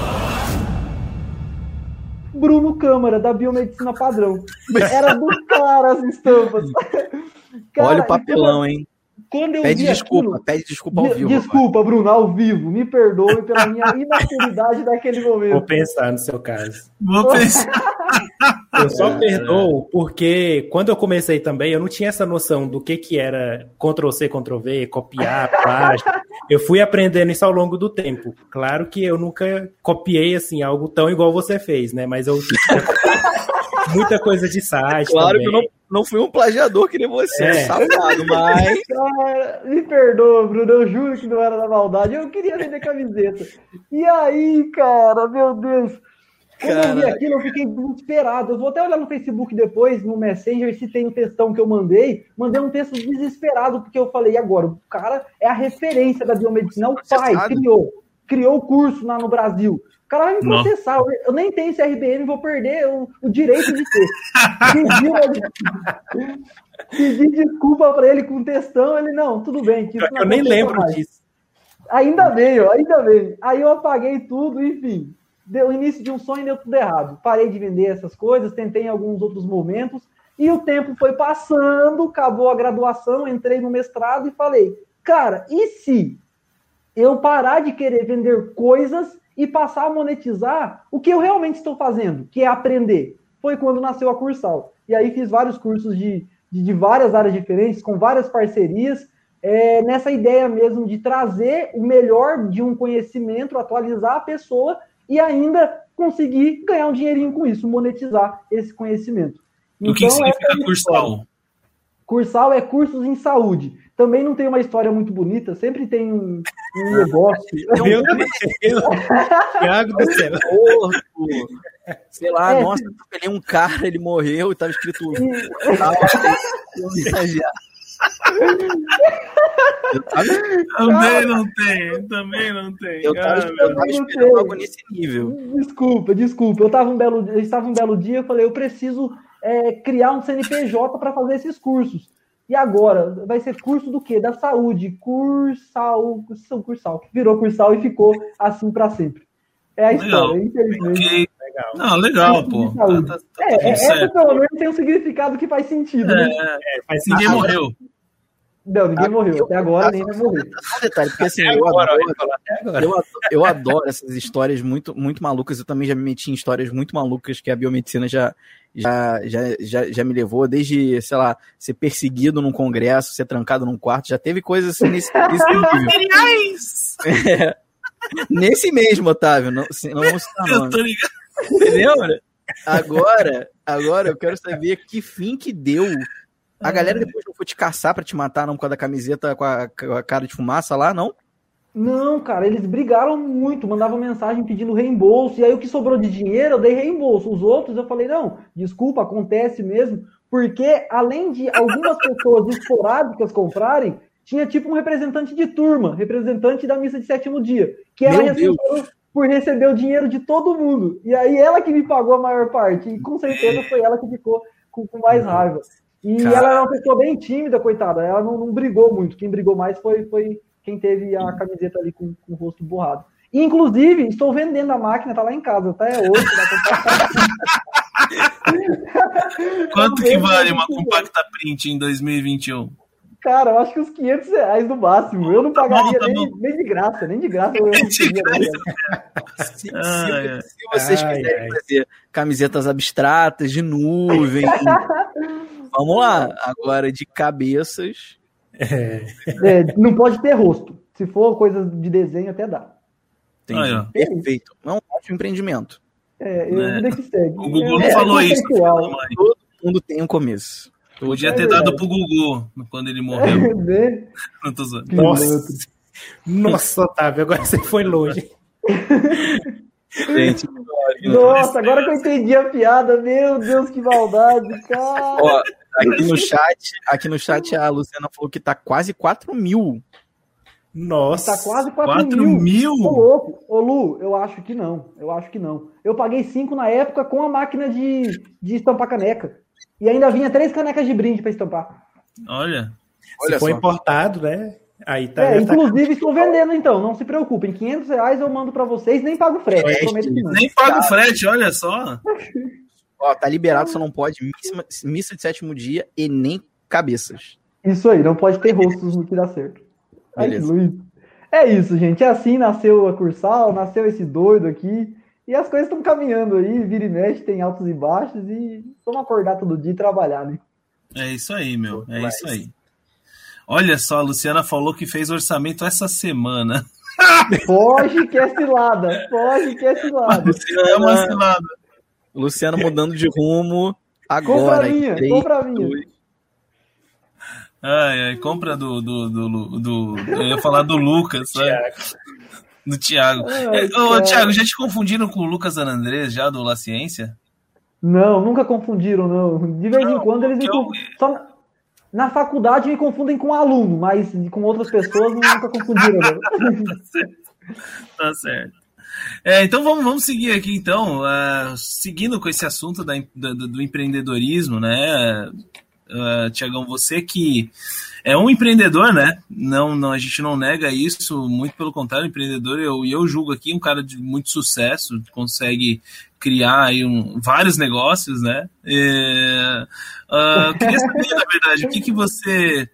[SPEAKER 4] Bruno Câmara, da Biomedicina Padrão. Era do cara as estampas. Cara,
[SPEAKER 1] olha o papelão,
[SPEAKER 4] quando,
[SPEAKER 1] hein?
[SPEAKER 4] Quando eu
[SPEAKER 1] pede
[SPEAKER 4] vi
[SPEAKER 1] desculpa,
[SPEAKER 4] aquilo,
[SPEAKER 1] pede desculpa ao vivo.
[SPEAKER 4] Desculpa, rapaz. Bruno, ao vivo. Me perdoe pela minha imaturidade naquele momento.
[SPEAKER 2] Vou pensar no seu caso.
[SPEAKER 3] Vou pensar.
[SPEAKER 2] Eu só perdoo porque quando eu comecei também, eu não tinha essa noção do que, que era Ctrl-C, Ctrl-V, copiar, plágio. Eu fui aprendendo isso ao longo do tempo. Claro que eu nunca copiei assim algo tão igual você fez, né? Mas eu muita coisa de site.
[SPEAKER 1] Claro
[SPEAKER 2] também.
[SPEAKER 1] que eu não, não fui um plagiador que nem você,
[SPEAKER 2] É.
[SPEAKER 1] safado, mas...
[SPEAKER 4] Cara, me perdoa, Bruno, eu juro que não era da maldade. Eu queria vender camiseta. E aí, cara, meu Deus... Quando eu vi aquilo, eu fiquei desesperado. Eu vou até olhar no Facebook depois, no Messenger, se tem o textão que eu mandei. Mandei um texto desesperado, porque eu falei, e agora? O cara é a referência da biomedicina, o pai, criou. Criou o curso lá no Brasil. O cara vai me processar. Eu, eu nem tenho esse R B N, vou perder o, o direito de ter. Pedi, pedi desculpa pra ele com o textão. Ele, não, tudo bem. Que isso
[SPEAKER 2] eu nem lembro mais. disso.
[SPEAKER 4] Ainda bem, ó, ainda bem. Aí eu apaguei tudo, enfim. Deu o início de um sonho e deu tudo errado. Parei de vender essas coisas, tentei em alguns outros momentos, e o tempo foi passando, acabou a graduação, entrei no mestrado e falei, cara, e se eu parar de querer vender coisas e passar a monetizar o que eu realmente estou fazendo, que é aprender? Foi quando nasceu a Cursal. E aí fiz vários cursos de, de, de várias áreas diferentes, com várias parcerias, é, nessa ideia mesmo de trazer o melhor de um conhecimento, atualizar a pessoa e ainda conseguir ganhar um dinheirinho com isso, monetizar esse conhecimento.
[SPEAKER 3] O que
[SPEAKER 4] então,
[SPEAKER 3] significa Cursal?
[SPEAKER 4] Cursal é cursos em saúde. Também não tem uma história muito bonita, sempre tem um, um negócio.
[SPEAKER 2] Meu Deus, Thiago do céu.
[SPEAKER 1] Sei lá,
[SPEAKER 4] É,
[SPEAKER 1] nossa, eu atropelei um cara, ele morreu e tava escrito...
[SPEAKER 3] Eu também não tem, também não tem.
[SPEAKER 1] Eu tava,
[SPEAKER 3] ah,
[SPEAKER 1] eu tava esperando algo nesse nível.
[SPEAKER 4] Desculpa, desculpa. Eu tava um belo, eu estava um belo dia, eu falei, eu preciso é, criar um C N P J para fazer esses cursos. E agora? Vai ser curso do quê? Da saúde. Cursal, cursal, cursal. Virou Cursal e ficou assim para sempre. É a história,
[SPEAKER 3] legal.
[SPEAKER 4] infelizmente.
[SPEAKER 3] Okay. Legal. Não, legal, pô. Tá, tá, tá
[SPEAKER 4] é, essa pelo menos tem um significado que faz sentido.
[SPEAKER 3] É,
[SPEAKER 4] né?
[SPEAKER 3] é, faz sentido. Ninguém morreu.
[SPEAKER 4] Não, ninguém morreu. Até agora nem vai morrer.
[SPEAKER 1] Só um detalhe, porque assim, eu adoro, eu, adoro, eu adoro essas histórias muito, muito malucas. Eu também já me meti em histórias muito malucas que a biomedicina já, já, já, já, já me levou, desde, sei lá, ser perseguido num congresso, ser trancado num quarto. Já teve coisas assim nesse, nesse nível. É, nesse mesmo, Otávio. Não, não vamos citar nome.
[SPEAKER 3] Eu tô ligado.
[SPEAKER 1] Entendeu? Agora, agora eu quero saber que fim que deu. A galera depois não foi te caçar pra te matar, não, por causa da camiseta com a, com a cara de fumaça lá, não?
[SPEAKER 4] Não, cara, eles brigaram muito, mandavam mensagem pedindo reembolso, e aí o que sobrou de dinheiro eu dei reembolso. Os outros eu falei, não, desculpa, acontece mesmo, porque além de algumas pessoas esporádicas comprarem, tinha tipo um representante de turma, representante da missa de sétimo dia, que ela responsável por receber o dinheiro de todo mundo. E aí ela que me pagou a maior parte, e com certeza foi ela que ficou com, com mais raiva. E Caramba. Ela era uma pessoa bem tímida, coitada. Ela não, não brigou muito. Quem brigou mais foi, foi quem teve a camiseta ali com, com o rosto borrado. E, inclusive, estou vendendo a máquina, tá lá em casa. Até hoje.
[SPEAKER 3] Quanto que vale uma compacta print em dois mil e vinte e um?
[SPEAKER 4] Cara, eu acho que uns quinhentos reais no máximo. Eu não pagaria tá bom, tá nem, nem de graça, nem de graça. Eu nem de graça.
[SPEAKER 1] Se, ah, se, é. se vocês ai, quiserem ai. fazer camisetas abstratas, de nuvem... Vamos lá, agora de cabeças.
[SPEAKER 4] É. É, não pode ter rosto. Se for coisa de desenho, até dá.
[SPEAKER 1] Entendi. Ah, é. Perfeito. É um ótimo empreendimento.
[SPEAKER 4] É, eu é. vida que segue.
[SPEAKER 3] O Gugu não é, falou é isso.
[SPEAKER 1] Todo mundo tem um começo.
[SPEAKER 3] Podia é ter verdade. dado pro Gugu quando ele morreu.
[SPEAKER 4] É,
[SPEAKER 3] não tô zoando.
[SPEAKER 2] Nossa. Nossa, Otávio, agora você foi longe.
[SPEAKER 1] Gente,
[SPEAKER 4] nossa, agora que eu entendi a piada, meu Deus, que maldade, cara.
[SPEAKER 1] Ó, aqui no chat, aqui no chat a Luciana falou que tá quase quatro mil.
[SPEAKER 2] Nossa,
[SPEAKER 4] tá quase quatro mil. Ô, louco. Ô, Lu, eu acho que não. Eu acho que não. Eu paguei cinco na época com a máquina de, de estampar caneca. E ainda vinha três canecas de brinde para estampar.
[SPEAKER 3] Olha.
[SPEAKER 2] Se for importado, né? Aí tá.
[SPEAKER 4] É, inclusive tá... estou vendendo então, não se preocupem. quinhentos reais eu mando para vocês, nem pago frete.
[SPEAKER 3] É,
[SPEAKER 4] prometo que não.
[SPEAKER 3] Nem pago frete, olha só.
[SPEAKER 1] Ó, tá liberado, só não pode missa, missa de sétimo dia e nem cabeças.
[SPEAKER 4] Isso aí, não pode ter rostos no que dá certo. Ai, Luiz. É isso, gente. É assim nasceu a Cursal, nasceu esse doido aqui. E as coisas estão caminhando aí, vira e mexe, tem altos e baixos. E vamos acordar todo dia e trabalhar, né?
[SPEAKER 3] É isso aí, meu. É Mas... isso aí. Olha só, a Luciana falou que fez orçamento essa semana.
[SPEAKER 4] Foge que é cilada. Foge que é cilada.
[SPEAKER 1] Luciana, é uma cilada. Luciana mudando de rumo agora.
[SPEAKER 4] Compra a minha, três, compra a minha. Dois.
[SPEAKER 3] Ai, ai, compra do, do, do, do. Eu ia falar do Lucas, sabe? Do Thiago. Ai, é, ô, Thiago, já te confundiram com o Lucas Anandrés, já do La Ciência?
[SPEAKER 4] Não, nunca confundiram, não. De vez não, em quando eles me eu... confundem. Só na, na faculdade me confundem com aluno, mas com outras pessoas nunca confundiram, não.
[SPEAKER 3] Tá certo. Tá certo. É, então vamos, vamos seguir aqui, então. Uh, seguindo com esse assunto da, do, do empreendedorismo, né? Uh, Tiagão, você que é um empreendedor, né? Não, não, a gente não nega isso, muito pelo contrário, empreendedor, e eu, eu julgo aqui um cara de muito sucesso, consegue criar aí um, vários negócios, né? E, uh, queria saber, na verdade, o que, que você...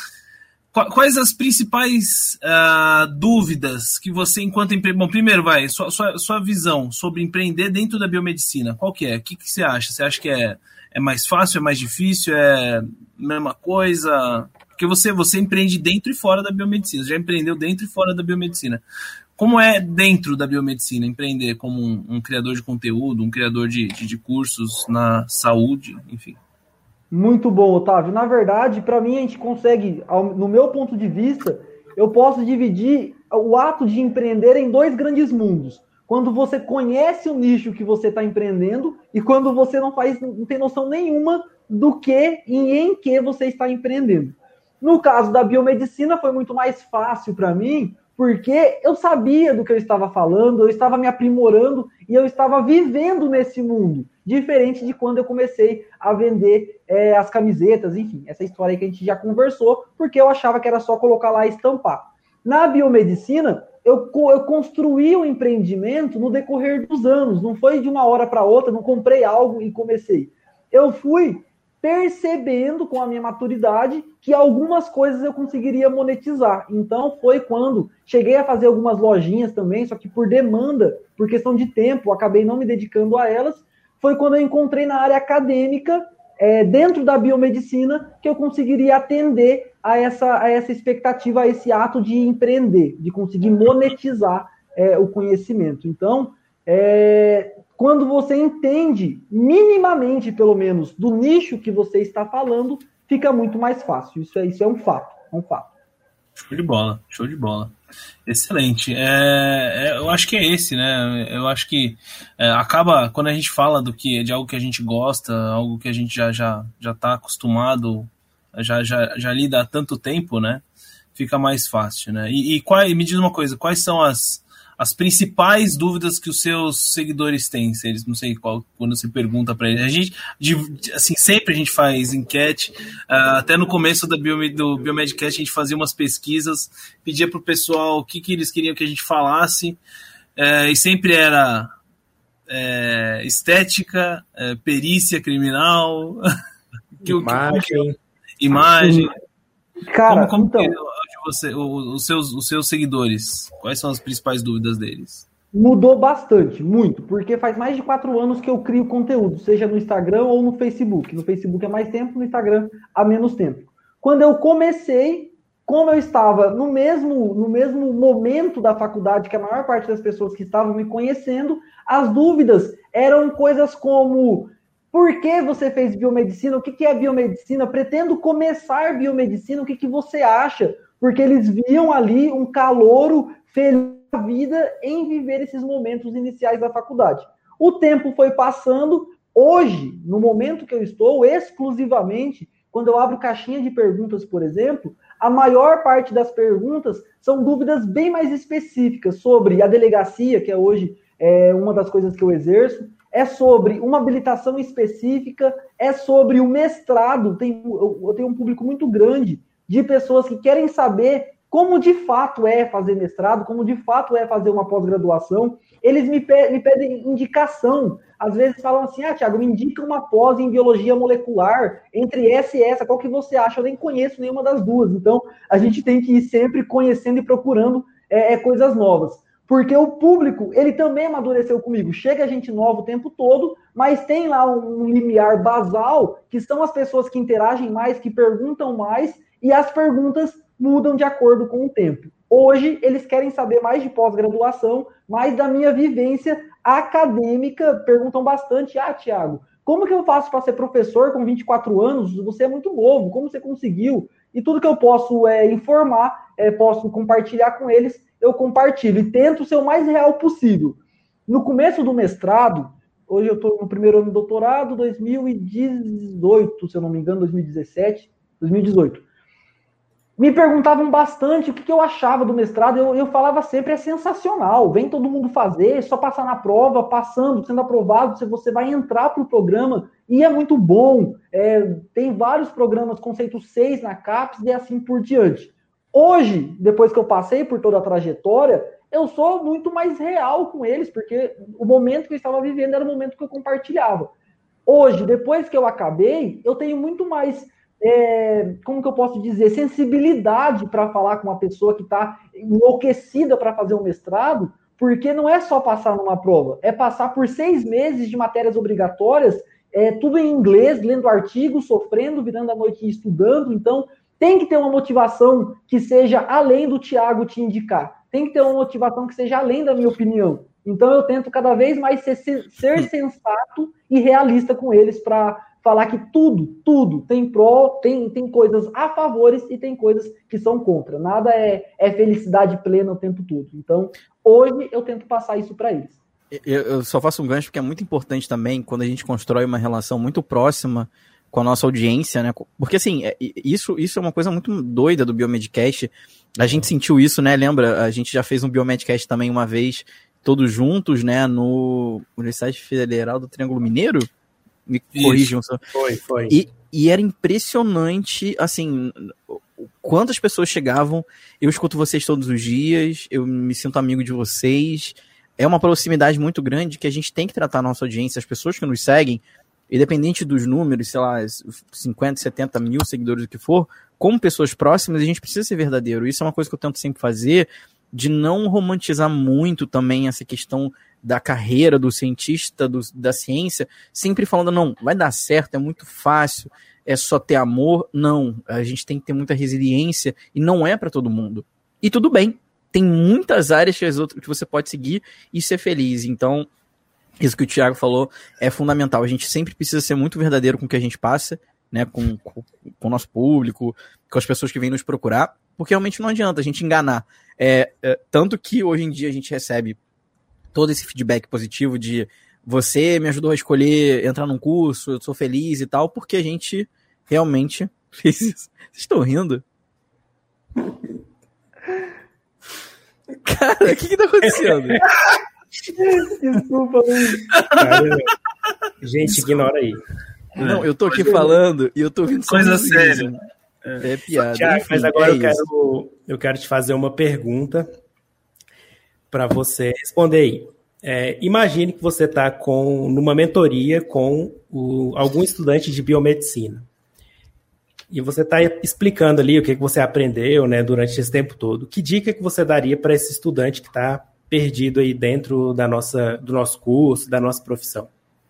[SPEAKER 3] Quais as principais uh, dúvidas que você, enquanto empreendedor... Bom, primeiro, vai, sua, sua, sua visão sobre empreender dentro da biomedicina, qual que é? O que, que você acha? Você acha que é... É mais fácil, é mais difícil, é a mesma coisa? Porque você, você empreende dentro e fora da biomedicina, você já empreendeu dentro e fora da biomedicina. Como é dentro da biomedicina empreender como um, um criador de conteúdo, um criador de, de, de cursos na saúde, enfim?
[SPEAKER 4] Muito bom, Otávio. Na verdade, para mim, a gente consegue, no meu ponto de vista, eu posso dividir o ato de empreender em dois grandes mundos. Quando você conhece o nicho que você está empreendendo e quando você não faz, não tem noção nenhuma do que e em que você está empreendendo. No caso da biomedicina foi muito mais fácil para mim, porque eu sabia do que eu estava falando, eu estava me aprimorando e eu estava vivendo nesse mundo, diferente de quando eu comecei a vender é, as camisetas, enfim, essa história aí que a gente já conversou, porque eu achava que era só colocar lá e estampar. Na biomedicina, eu, eu construí o empreendimento no decorrer dos anos, não foi de uma hora para outra, não comprei algo e comecei. Eu fui percebendo com a minha maturidade que algumas coisas eu conseguiria monetizar. Então foi quando cheguei a fazer algumas lojinhas também, só que por demanda, por questão de tempo, acabei não me dedicando a elas. Foi quando eu encontrei na área acadêmica, é, dentro da biomedicina, que eu conseguiria atender a essa, a essa expectativa, a esse ato de empreender, de conseguir monetizar é, o conhecimento. Então, é, quando você entende, minimamente pelo menos, do nicho que você está falando, fica muito mais fácil. Isso é, isso é um fato, é um fato.
[SPEAKER 3] Show de bola, show de bola. Excelente. É, é, eu acho que é esse, né? Eu acho que é, acaba, quando a gente fala do que, de algo que a gente gosta, algo que a gente já já já está acostumado, já, já, já lida há tanto tempo, né? Fica mais fácil, né? E, e qual, me diz uma coisa, quais são as, as principais dúvidas que os seus seguidores têm? Se eles, não sei qual, quando você pergunta para eles. A gente, de, assim, sempre a gente faz enquete, uh, até no começo da Bio, do Biomedcast a gente fazia umas pesquisas, pedia pro pessoal o que, que eles queriam que a gente falasse, uh, e sempre era uh, estética, uh, perícia criminal, que,
[SPEAKER 2] imagem.
[SPEAKER 3] Que, imagem.
[SPEAKER 4] Cara,
[SPEAKER 3] como, como
[SPEAKER 4] então...
[SPEAKER 3] que, Você, os, seus, os seus seguidores, quais são as principais dúvidas deles?
[SPEAKER 4] Mudou bastante, muito, porque faz mais de quatro anos que eu crio conteúdo, seja no Instagram ou no Facebook. No Facebook há mais tempo, no Instagram há menos tempo. Quando eu comecei, como eu estava no mesmo, no mesmo momento da faculdade que a maior parte das pessoas que estavam me conhecendo, as dúvidas eram coisas como... Por que você fez biomedicina? O que é biomedicina? Pretendo começar biomedicina, o que, que você acha? Porque eles viam ali um calouro feliz vida em viver esses momentos iniciais da faculdade. O tempo foi passando, hoje, no momento que eu estou, exclusivamente, quando eu abro caixinha de perguntas, por exemplo, a maior parte das perguntas são dúvidas bem mais específicas sobre a delegacia, que é hoje é uma das coisas que eu exerço, é sobre uma habilitação específica, é sobre o mestrado. Tem, eu tenho um público muito grande de pessoas que querem saber como de fato é fazer mestrado, como de fato é fazer uma pós-graduação. Eles me, pe- me pedem indicação. Às vezes falam assim, ah, Thiago, me indica uma pós em biologia molecular, entre essa e essa, qual que você acha? Eu nem conheço nenhuma das duas. Então, a gente tem que ir sempre conhecendo e procurando é, é, coisas novas. Porque o público, ele também amadureceu comigo. Chega gente nova o tempo todo, mas tem lá um limiar basal, que são as pessoas que interagem mais, que perguntam mais, e as perguntas mudam de acordo com o tempo. Hoje, eles querem saber mais de pós-graduação, mais da minha vivência acadêmica. Perguntam bastante, ah, Thiago, como que eu faço para ser professor com vinte e quatro anos? Você é muito novo, como você conseguiu? E tudo que eu posso é, informar, é, posso compartilhar com eles, eu compartilho e tento ser o mais real possível. No começo do mestrado, hoje eu estou no primeiro ano do doutorado, dois mil e dezoito, se eu não me engano, dois mil e dezessete, dois mil e dezoito. Me perguntavam bastante o que eu achava do mestrado, eu, eu falava sempre, é sensacional, vem todo mundo fazer, só passar na prova, passando, sendo aprovado, você vai entrar para o programa, e é muito bom, é, tem vários programas, conceito seis na CAPES e assim por diante. Hoje, depois que eu passei por toda a trajetória, eu sou muito mais real com eles, porque o momento que eu estava vivendo era o momento que eu compartilhava. Hoje, depois que eu acabei, eu tenho muito mais... É, como que eu posso dizer, sensibilidade para falar com uma pessoa que está enlouquecida para fazer um mestrado, porque não é só passar numa prova, é passar por seis meses de matérias obrigatórias, é, tudo em inglês, lendo artigos, sofrendo, virando a noite e estudando. Então tem que ter uma motivação que seja além do Thiago te indicar, tem que ter uma motivação que seja além da minha opinião. Então eu tento cada vez mais ser, ser sensato e realista com eles para falar que tudo, tudo tem pró, tem, tem coisas a favores e tem coisas que são contra. Nada é, é felicidade plena o tempo todo. Então, hoje eu tento passar isso para eles.
[SPEAKER 1] Eu, eu só faço um gancho porque é muito importante também quando a gente constrói uma relação muito próxima com a nossa audiência, né? Porque, assim, é, isso, isso é uma coisa muito doida do Biomedcast. A gente sentiu isso, né? Lembra? A gente já fez um Biomedcast também uma vez, todos juntos, né? No Universidade Federal do Triângulo Mineiro. Me corrijam. Só.
[SPEAKER 2] Foi, foi.
[SPEAKER 1] E, e era impressionante, assim, quantas pessoas chegavam, eu escuto vocês todos os dias, eu me sinto amigo de vocês, é uma proximidade muito grande que a gente tem que tratar a nossa audiência, as pessoas que nos seguem, independente dos números, sei lá, cinquenta, setenta mil seguidores, o que for, como pessoas próximas, a gente precisa ser verdadeiro. Isso é uma coisa que eu tento sempre fazer, de não romantizar muito também essa questão da carreira do cientista, do, da ciência, sempre falando, não, vai dar certo, é muito fácil, é só ter amor. Não, a gente tem que ter muita resiliência e não é para todo mundo. E tudo bem, tem muitas áreas que, as outras, que você pode seguir e ser feliz. Então, isso que o Thiago falou é fundamental. A gente sempre precisa ser muito verdadeiro com o que a gente passa, né, com, com, com o nosso público, com as pessoas que vêm nos procurar, porque realmente não adianta a gente enganar. É, é, tanto que hoje em dia a gente recebe todo esse feedback positivo de você me ajudou a escolher entrar num curso, eu sou feliz e tal, porque a gente realmente fez isso. Vocês estão rindo? Cara, o que que tá acontecendo?
[SPEAKER 4] Desculpa, Luiz.
[SPEAKER 2] Cara, gente, ignora aí.
[SPEAKER 1] Não, eu tô aqui falando e eu tô ouvindo
[SPEAKER 3] coisa séria.
[SPEAKER 1] É, é piada.
[SPEAKER 2] Thiago,
[SPEAKER 1] Enfim,
[SPEAKER 2] mas agora
[SPEAKER 1] é
[SPEAKER 2] eu, quero, eu quero te fazer uma pergunta para você responder aí. É, imagine que você está com numa mentoria com o, algum estudante de biomedicina. E você está explicando ali o que, que você aprendeu, né, durante esse tempo todo. Que dica que você daria para esse estudante que está perdido aí dentro da nossa, do nosso curso, da nossa profissão?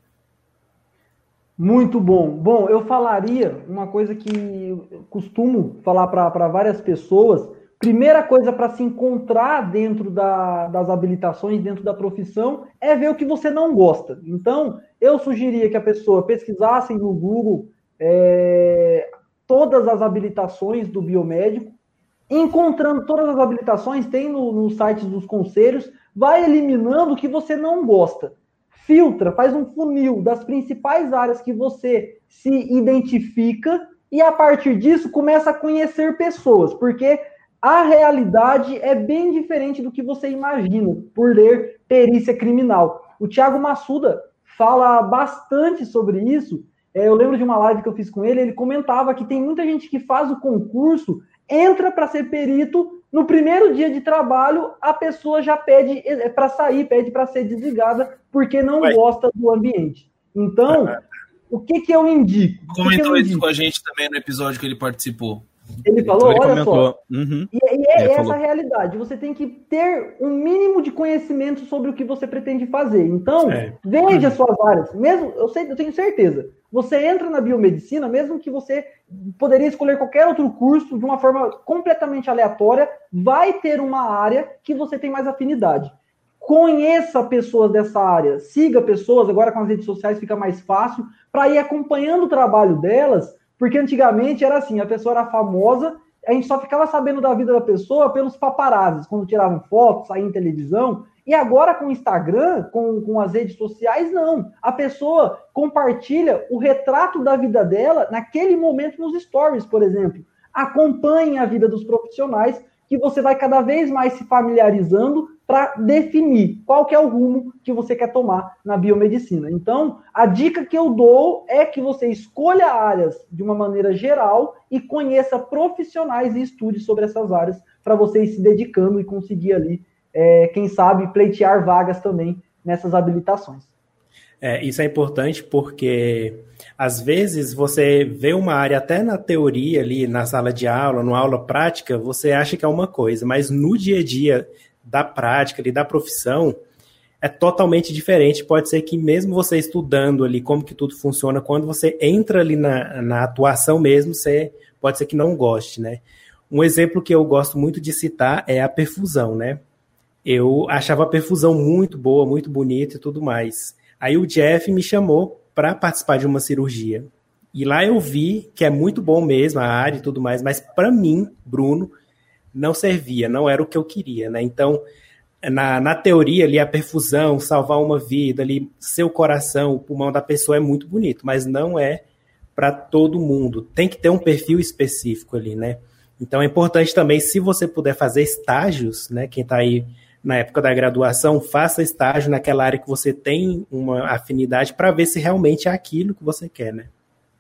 [SPEAKER 4] Muito bom. Bom, eu falaria uma coisa que eu costumo falar para várias pessoas. Primeira coisa para se encontrar dentro da, das habilitações, dentro da profissão, é ver o que você não gosta. Então, eu sugeria que a pessoa pesquisasse no Google é, todas as habilitações do biomédico, encontrando todas as habilitações, tem no, no site dos conselhos, vai eliminando o que você não gosta. Filtra, faz um funil das principais áreas que você se identifica e, a partir disso, começa a conhecer pessoas, porque a realidade é bem diferente do que você imagina por ler perícia criminal. O Thiago Massuda fala bastante sobre isso. Eu lembro de uma live que eu fiz com ele, ele comentava que tem muita gente que faz o concurso, entra para ser perito, no primeiro dia de trabalho, a pessoa já pede para sair, pede para ser desligada, porque não Vai. gosta do ambiente. Então, o que, que eu indico?
[SPEAKER 3] Comentou
[SPEAKER 4] eu
[SPEAKER 3] isso
[SPEAKER 4] indico?
[SPEAKER 3] com a gente também no episódio que ele participou.
[SPEAKER 4] Ele falou,
[SPEAKER 1] ele
[SPEAKER 4] olha
[SPEAKER 1] comentou.
[SPEAKER 4] só,
[SPEAKER 1] uhum.
[SPEAKER 4] e, e é
[SPEAKER 1] ele
[SPEAKER 4] essa
[SPEAKER 1] falou.
[SPEAKER 4] a realidade, você tem que ter um mínimo de conhecimento sobre o que você pretende fazer, então, é. veja
[SPEAKER 1] uhum.
[SPEAKER 4] suas áreas, mesmo, eu, sei, eu tenho certeza, você entra na biomedicina, mesmo que você poderia escolher qualquer outro curso de uma forma completamente aleatória, vai ter uma área que você tem mais afinidade. Conheça pessoas dessa área, siga pessoas, agora com as redes sociais fica mais fácil, para ir acompanhando o trabalho delas, porque antigamente era assim, a pessoa era famosa, a gente só ficava sabendo da vida da pessoa pelos paparazzis, quando tiravam fotos, saíam em televisão, e agora com o Instagram, com, com as redes sociais, não. A pessoa compartilha o retrato da vida dela naquele momento nos stories, por exemplo. Acompanhe a vida dos profissionais, que você vai cada vez mais se familiarizando para definir qual que é o rumo que você quer tomar na biomedicina. Então, a dica que eu dou é que você escolha áreas de uma maneira geral e conheça profissionais e estude sobre essas áreas para você ir se dedicando e conseguir ali, é, quem sabe, pleitear vagas também nessas habilitações.
[SPEAKER 2] É, isso é importante porque, às vezes, você vê uma área até na teoria ali, na sala de aula, numa aula prática, você acha que é uma coisa, mas no dia a dia da prática ali, da profissão, é totalmente diferente. Pode ser que mesmo você estudando ali como que tudo funciona, quando você entra ali na, na atuação mesmo, você pode ser que não goste, né? Um exemplo que eu gosto muito de citar é a perfusão, né? Eu achava a perfusão muito boa, muito bonita e tudo mais. Aí o Jeff me chamou para participar de uma cirurgia. E lá eu vi que é muito bom mesmo a área e tudo mais, mas para mim, Bruno, não servia, não era o que eu queria, né? Então, na, na teoria ali, a perfusão, salvar uma vida ali, seu coração, o pulmão da pessoa é muito bonito, mas não é para todo mundo. Tem que ter um perfil específico ali, né? Então é importante também, se você puder fazer estágios, né? Quem está aí na época da graduação, faça estágio naquela área que você tem uma afinidade para ver se realmente é aquilo que você quer, né?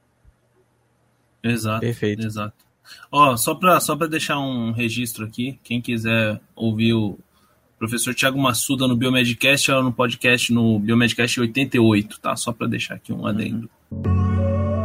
[SPEAKER 3] Exato.
[SPEAKER 1] Perfeito.
[SPEAKER 3] Exato. Ó, só para só para deixar um registro aqui, quem quiser ouvir o professor Thiago Massuda no Biomedcast ou no podcast no Biomedcast oitenta e oito, tá? Só para deixar aqui um adendo. Uhum.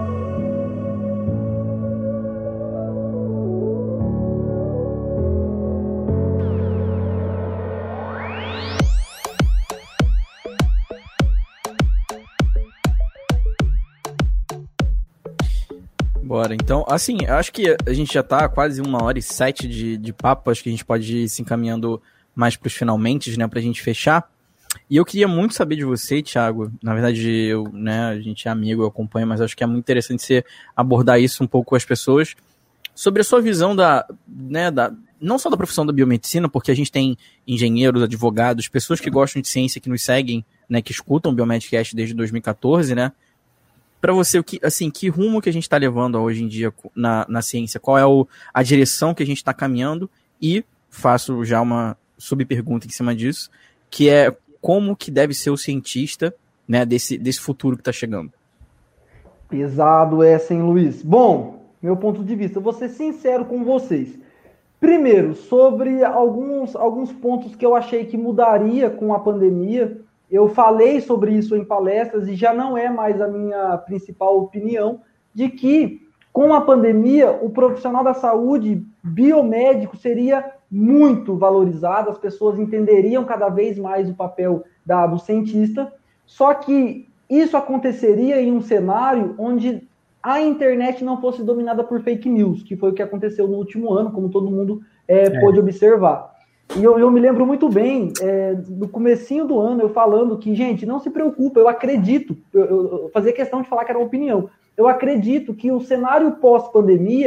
[SPEAKER 1] Bora, então, assim, eu acho que a gente já tá quase uma hora e sete de, de papo, acho que a gente pode ir se encaminhando mais pros finalmente, né, pra gente fechar. E eu queria muito saber de você, Thiago, na verdade, eu, né, a gente é amigo, eu acompanho, mas acho que é muito interessante você abordar isso um pouco com as pessoas, sobre a sua visão da, né, da, não só da profissão da biomedicina, porque a gente tem engenheiros, advogados, pessoas que gostam de ciência, que nos seguem, né, que escutam o Biomedcast desde dois mil e catorze, né, para você, o que, assim, que rumo que a gente está levando hoje em dia na, na ciência? Qual é o, a direção que a gente está caminhando? E faço já uma subpergunta em cima disso, que é como que deve ser o cientista, né, desse, desse futuro que está chegando?
[SPEAKER 4] Pesado essa, hein, Luiz? Bom, meu ponto de vista, eu vou ser sincero com vocês. Primeiro, sobre alguns, alguns pontos que eu achei que mudaria com a pandemia. Eu falei sobre isso em palestras e já não é mais a minha principal opinião, de que com a pandemia o profissional da saúde biomédico seria muito valorizado, as pessoas entenderiam cada vez mais o papel da, do cientista, só que isso aconteceria em um cenário onde a internet não fosse dominada por fake news, que foi o que aconteceu no último ano, como todo mundo é, é. pôde observar. E eu, eu me lembro muito bem, é, no comecinho do ano, eu falando que, gente, não se preocupa, eu acredito, eu, eu, eu fazia questão de falar que era uma opinião, eu acredito que o cenário pós-pandemia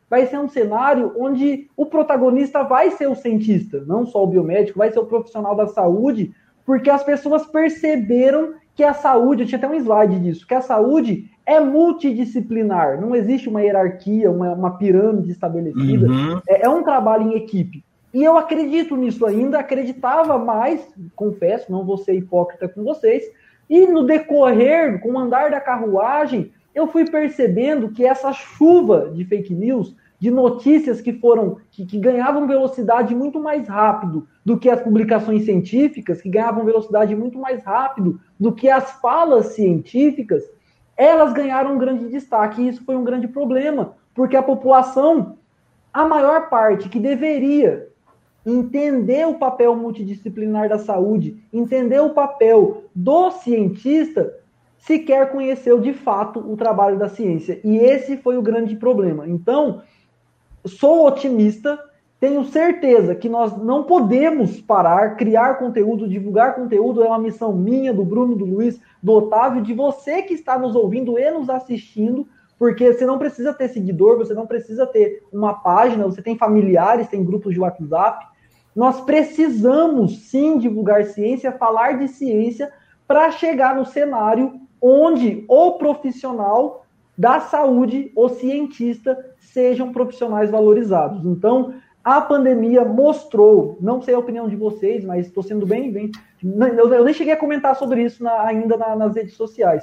[SPEAKER 4] vai ser um cenário onde o protagonista vai ser o cientista, não só o biomédico, vai ser o profissional da saúde, porque as pessoas perceberam que a saúde, eu tinha até um slide disso, que a saúde é multidisciplinar, não existe uma hierarquia, uma, uma pirâmide estabelecida, uhum. é, é um trabalho em equipe. E eu acredito nisso ainda, acreditava mais, confesso, não vou ser hipócrita com vocês, e no decorrer, com o andar da carruagem, eu fui percebendo que essa chuva de fake news, de notícias que foram, que, que ganhavam velocidade muito mais rápido do que as publicações científicas, que ganhavam velocidade muito mais rápido do que as falas científicas, elas ganharam um grande destaque, e isso foi um grande problema, porque a população, a maior parte que deveria entender o papel multidisciplinar da saúde, entender o papel do cientista, sequer conheceu de fato o trabalho da ciência. E esse foi o grande problema. Então, sou otimista, tenho certeza que nós não podemos parar, criar conteúdo, divulgar conteúdo, é uma missão minha, do Bruno, do Luiz, do Otávio, de você que está nos ouvindo e nos assistindo, porque você não precisa ter seguidor, você não precisa ter uma página, você tem familiares, tem grupos de WhatsApp. Nós precisamos, sim, divulgar ciência, falar de ciência, para chegar no cenário onde o profissional da saúde, o cientista, sejam profissionais valorizados. Então, a pandemia mostrou, não sei a opinião de vocês, mas estou sendo bem, bem eu, eu nem cheguei a comentar sobre isso na, ainda na, nas redes sociais.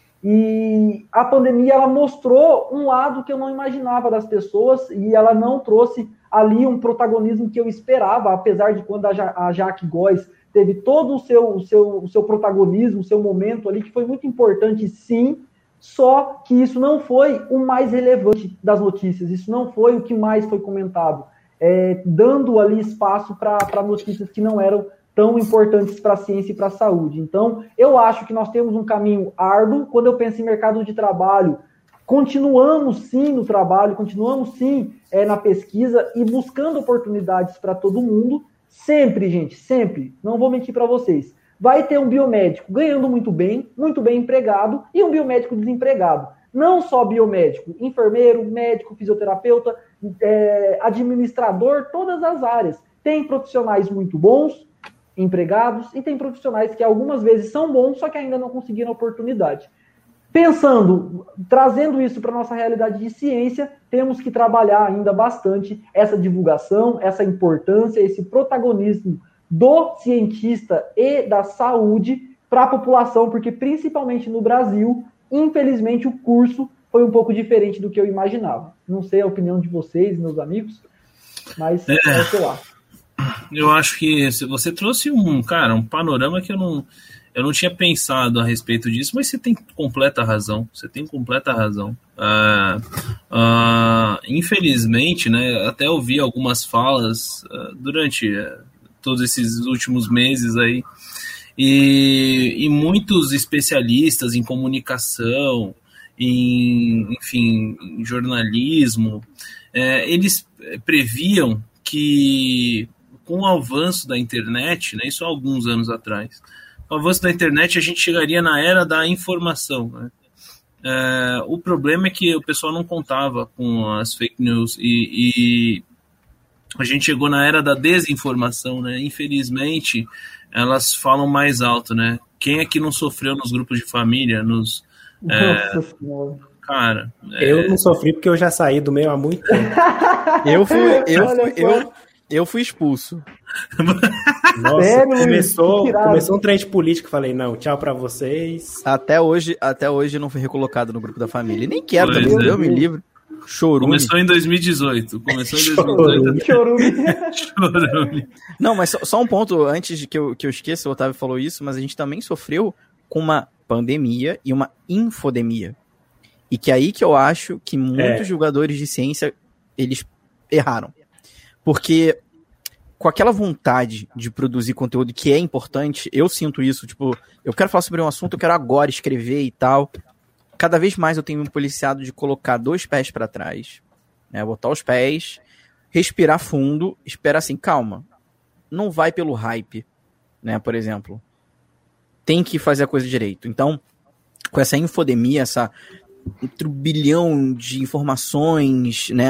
[SPEAKER 4] E a pandemia, ela mostrou um lado que eu não imaginava das pessoas, e ela não trouxe ali um protagonismo que eu esperava, apesar de quando a, ja, a Jaque Góes teve todo o seu, o, seu, o seu protagonismo, o seu momento ali, que foi muito importante, sim, só que isso não foi o mais relevante das notícias, isso não foi o que mais foi comentado, é, dando ali espaço para notícias que não eram tão importantes para a ciência e para a saúde. Então, eu acho que nós temos um caminho árduo. Quando eu penso em mercado de trabalho, continuamos sim no trabalho, continuamos sim é, na pesquisa e buscando oportunidades para todo mundo. Sempre, gente, sempre, não vou mentir para vocês, vai ter um biomédico ganhando muito bem, muito bem empregado, e um biomédico desempregado. Não só biomédico, enfermeiro, médico, fisioterapeuta, é, administrador, todas as áreas. Tem profissionais muito bons, empregados, e tem profissionais que algumas vezes são bons, só que ainda não conseguiram oportunidade. Pensando, trazendo isso para a nossa realidade de ciência, temos que trabalhar ainda bastante essa divulgação, essa importância, esse protagonismo do cientista e da saúde para a população, porque principalmente no Brasil, infelizmente o curso foi um pouco diferente do que eu imaginava. Não sei a opinião de vocês, meus amigos, mas é, é o que eu acho.
[SPEAKER 3] Eu acho que você trouxe um, cara, um panorama que eu não... Eu não tinha pensado a respeito disso, mas você tem completa razão. Você tem completa razão. Uh, uh, infelizmente, né, até ouvi algumas falas uh, durante uh, todos esses últimos meses aí, e, e muitos especialistas em comunicação, em, enfim, em jornalismo, uh, eles previam que com o avanço da internet, né, isso há alguns anos atrás, com o avanço da internet, a gente chegaria na era da informação, né? É, o problema é que o pessoal não contava com as fake news e, e a gente chegou na era da desinformação, né? Infelizmente, elas falam mais alto, né? Quem é que não sofreu nos grupos de família, nos... É, cara... É...
[SPEAKER 2] Eu não sofri porque eu já saí do meio há muito tempo.
[SPEAKER 1] eu fui... Eu, fui, eu, eu fui expulso.
[SPEAKER 2] Nossa, Sério, começou, começou um trend político, falei, não, tchau pra vocês.
[SPEAKER 1] Até hoje, até hoje não fui recolocado no grupo da família. E nem quero também, é. eu me livro. Chorume.
[SPEAKER 3] Começou em dois mil e dezoito. Começou em dois mil e dezoito.
[SPEAKER 4] Chorume.
[SPEAKER 3] Chorume.
[SPEAKER 1] Não, mas só, só um ponto antes de que eu, que eu esqueça, o Otávio falou isso, mas a gente também sofreu com uma pandemia e uma infodemia. E que é aí que eu acho que muitos é. jogadores de ciência, eles erraram. Porque com aquela vontade de produzir conteúdo que é importante, eu sinto isso, tipo, eu quero falar sobre um assunto, eu quero agora escrever e tal. Cada vez mais eu tenho me policiado de colocar dois pés para trás, né, botar os pés, respirar fundo, esperar assim, calma, não vai pelo hype, né, por exemplo. Tem que fazer a coisa direito. Então, com essa infodemia, essa um turbilhão de informações, né,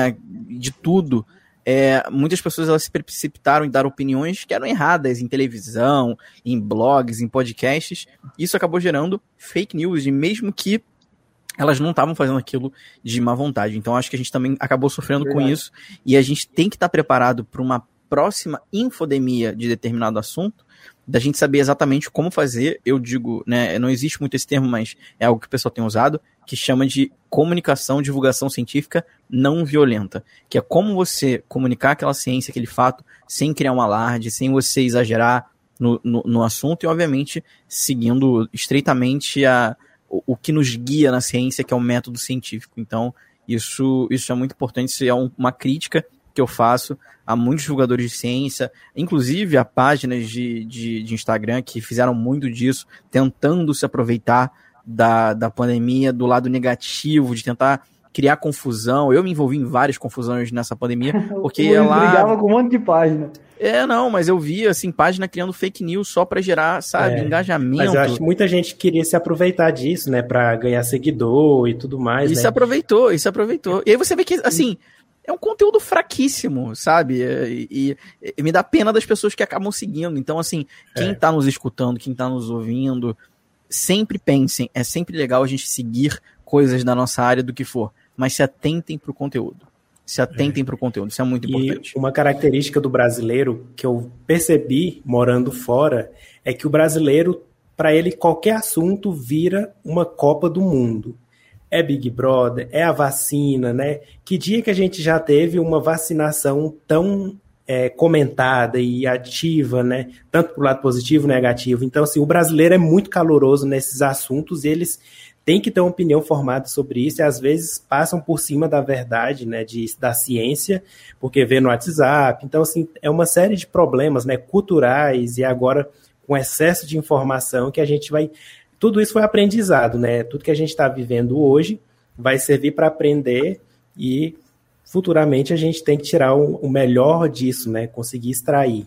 [SPEAKER 1] de tudo, é, muitas pessoas elas se precipitaram em dar opiniões que eram erradas em televisão, em blogs, em podcasts. Isso acabou gerando fake news, e mesmo que elas não estavam fazendo aquilo de má vontade. Então acho que a gente também acabou sofrendo Verdade. com isso, e a gente tem que estar preparado para uma próxima infodemia de determinado assunto, da gente saber exatamente como fazer. Eu digo, né, não existe muito esse termo, mas é algo que o pessoal tem usado, que chama de comunicação, divulgação científica não violenta, que é como você comunicar aquela ciência, aquele fato, sem criar um alarde, sem você exagerar no, no, no assunto, e obviamente seguindo estreitamente a, o, o que nos guia na ciência, que é o método científico. Então isso, isso é muito importante, isso é um, uma crítica que eu faço a muitos divulgadores de ciência, inclusive a páginas de, de, de Instagram que fizeram muito disso, tentando se aproveitar da, da pandemia, do lado negativo, de tentar criar confusão. Eu me envolvi em várias confusões nessa pandemia, porque
[SPEAKER 4] eu
[SPEAKER 1] ela...
[SPEAKER 4] brigava com um monte de página.
[SPEAKER 1] É, não, mas eu vi, assim, página criando fake news só pra gerar, sabe,
[SPEAKER 2] é,
[SPEAKER 1] engajamento.
[SPEAKER 2] Mas eu acho que muita gente queria se aproveitar disso, né, pra ganhar seguidor e tudo mais,
[SPEAKER 1] E
[SPEAKER 2] né?
[SPEAKER 1] se aproveitou, e se aproveitou. E aí você vê que, assim... é um conteúdo fraquíssimo, sabe? E, e, e me dá pena das pessoas que acabam seguindo. Então, assim, quem é. tá nos escutando, quem tá nos ouvindo, sempre pensem, é sempre legal a gente seguir coisas da nossa área do que for, mas se atentem pro conteúdo. Se atentem é. pro conteúdo, isso é muito importante.
[SPEAKER 2] E uma característica do brasileiro que eu percebi morando fora é que o brasileiro, para ele, qualquer assunto vira uma Copa do Mundo. É Big Brother, é a vacina, né? Que dia que a gente já teve uma vacinação tão é, comentada e ativa, né? Tanto pro lado positivo, negativo. Então, assim, o brasileiro é muito caloroso nesses assuntos, e eles têm que ter uma opinião formada sobre isso, e às vezes passam por cima da verdade, né? De, da ciência, porque vê no WhatsApp. Então, assim, é uma série de problemas, né? Culturais, e agora com excesso de informação que a gente vai... Tudo isso foi aprendizado, né? Tudo que a gente está vivendo hoje vai servir para aprender, e futuramente a gente tem que tirar o, o melhor disso, né? Conseguir extrair.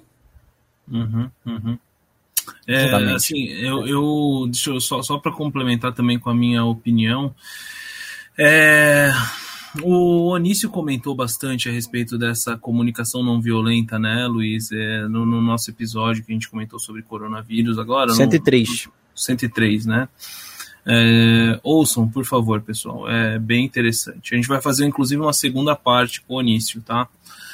[SPEAKER 3] Uhum, uhum. É, assim, eu, eu deixa eu só, só para complementar também com a minha opinião, é, o Onísio comentou bastante a respeito dessa comunicação não violenta, né, Luiz? É, no, no nosso episódio que a gente comentou sobre coronavírus agora.
[SPEAKER 1] cento e três.
[SPEAKER 3] No, cento e três, né? É, ouçam, por favor, pessoal, é bem interessante. A gente vai fazer, inclusive, uma segunda parte com o Onísio, tá?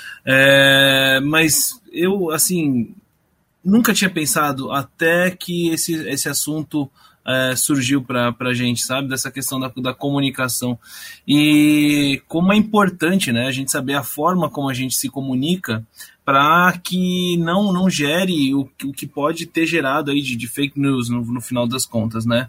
[SPEAKER 3] É, mas eu, assim, nunca tinha pensado até que esse, esse assunto é, surgiu pra, pra gente, sabe? Dessa questão da, da comunicação. E como é importante, né? A gente saber a forma como a gente se comunica, para que não, não gere o, o que pode ter gerado aí de, de fake news no, no final das contas, né?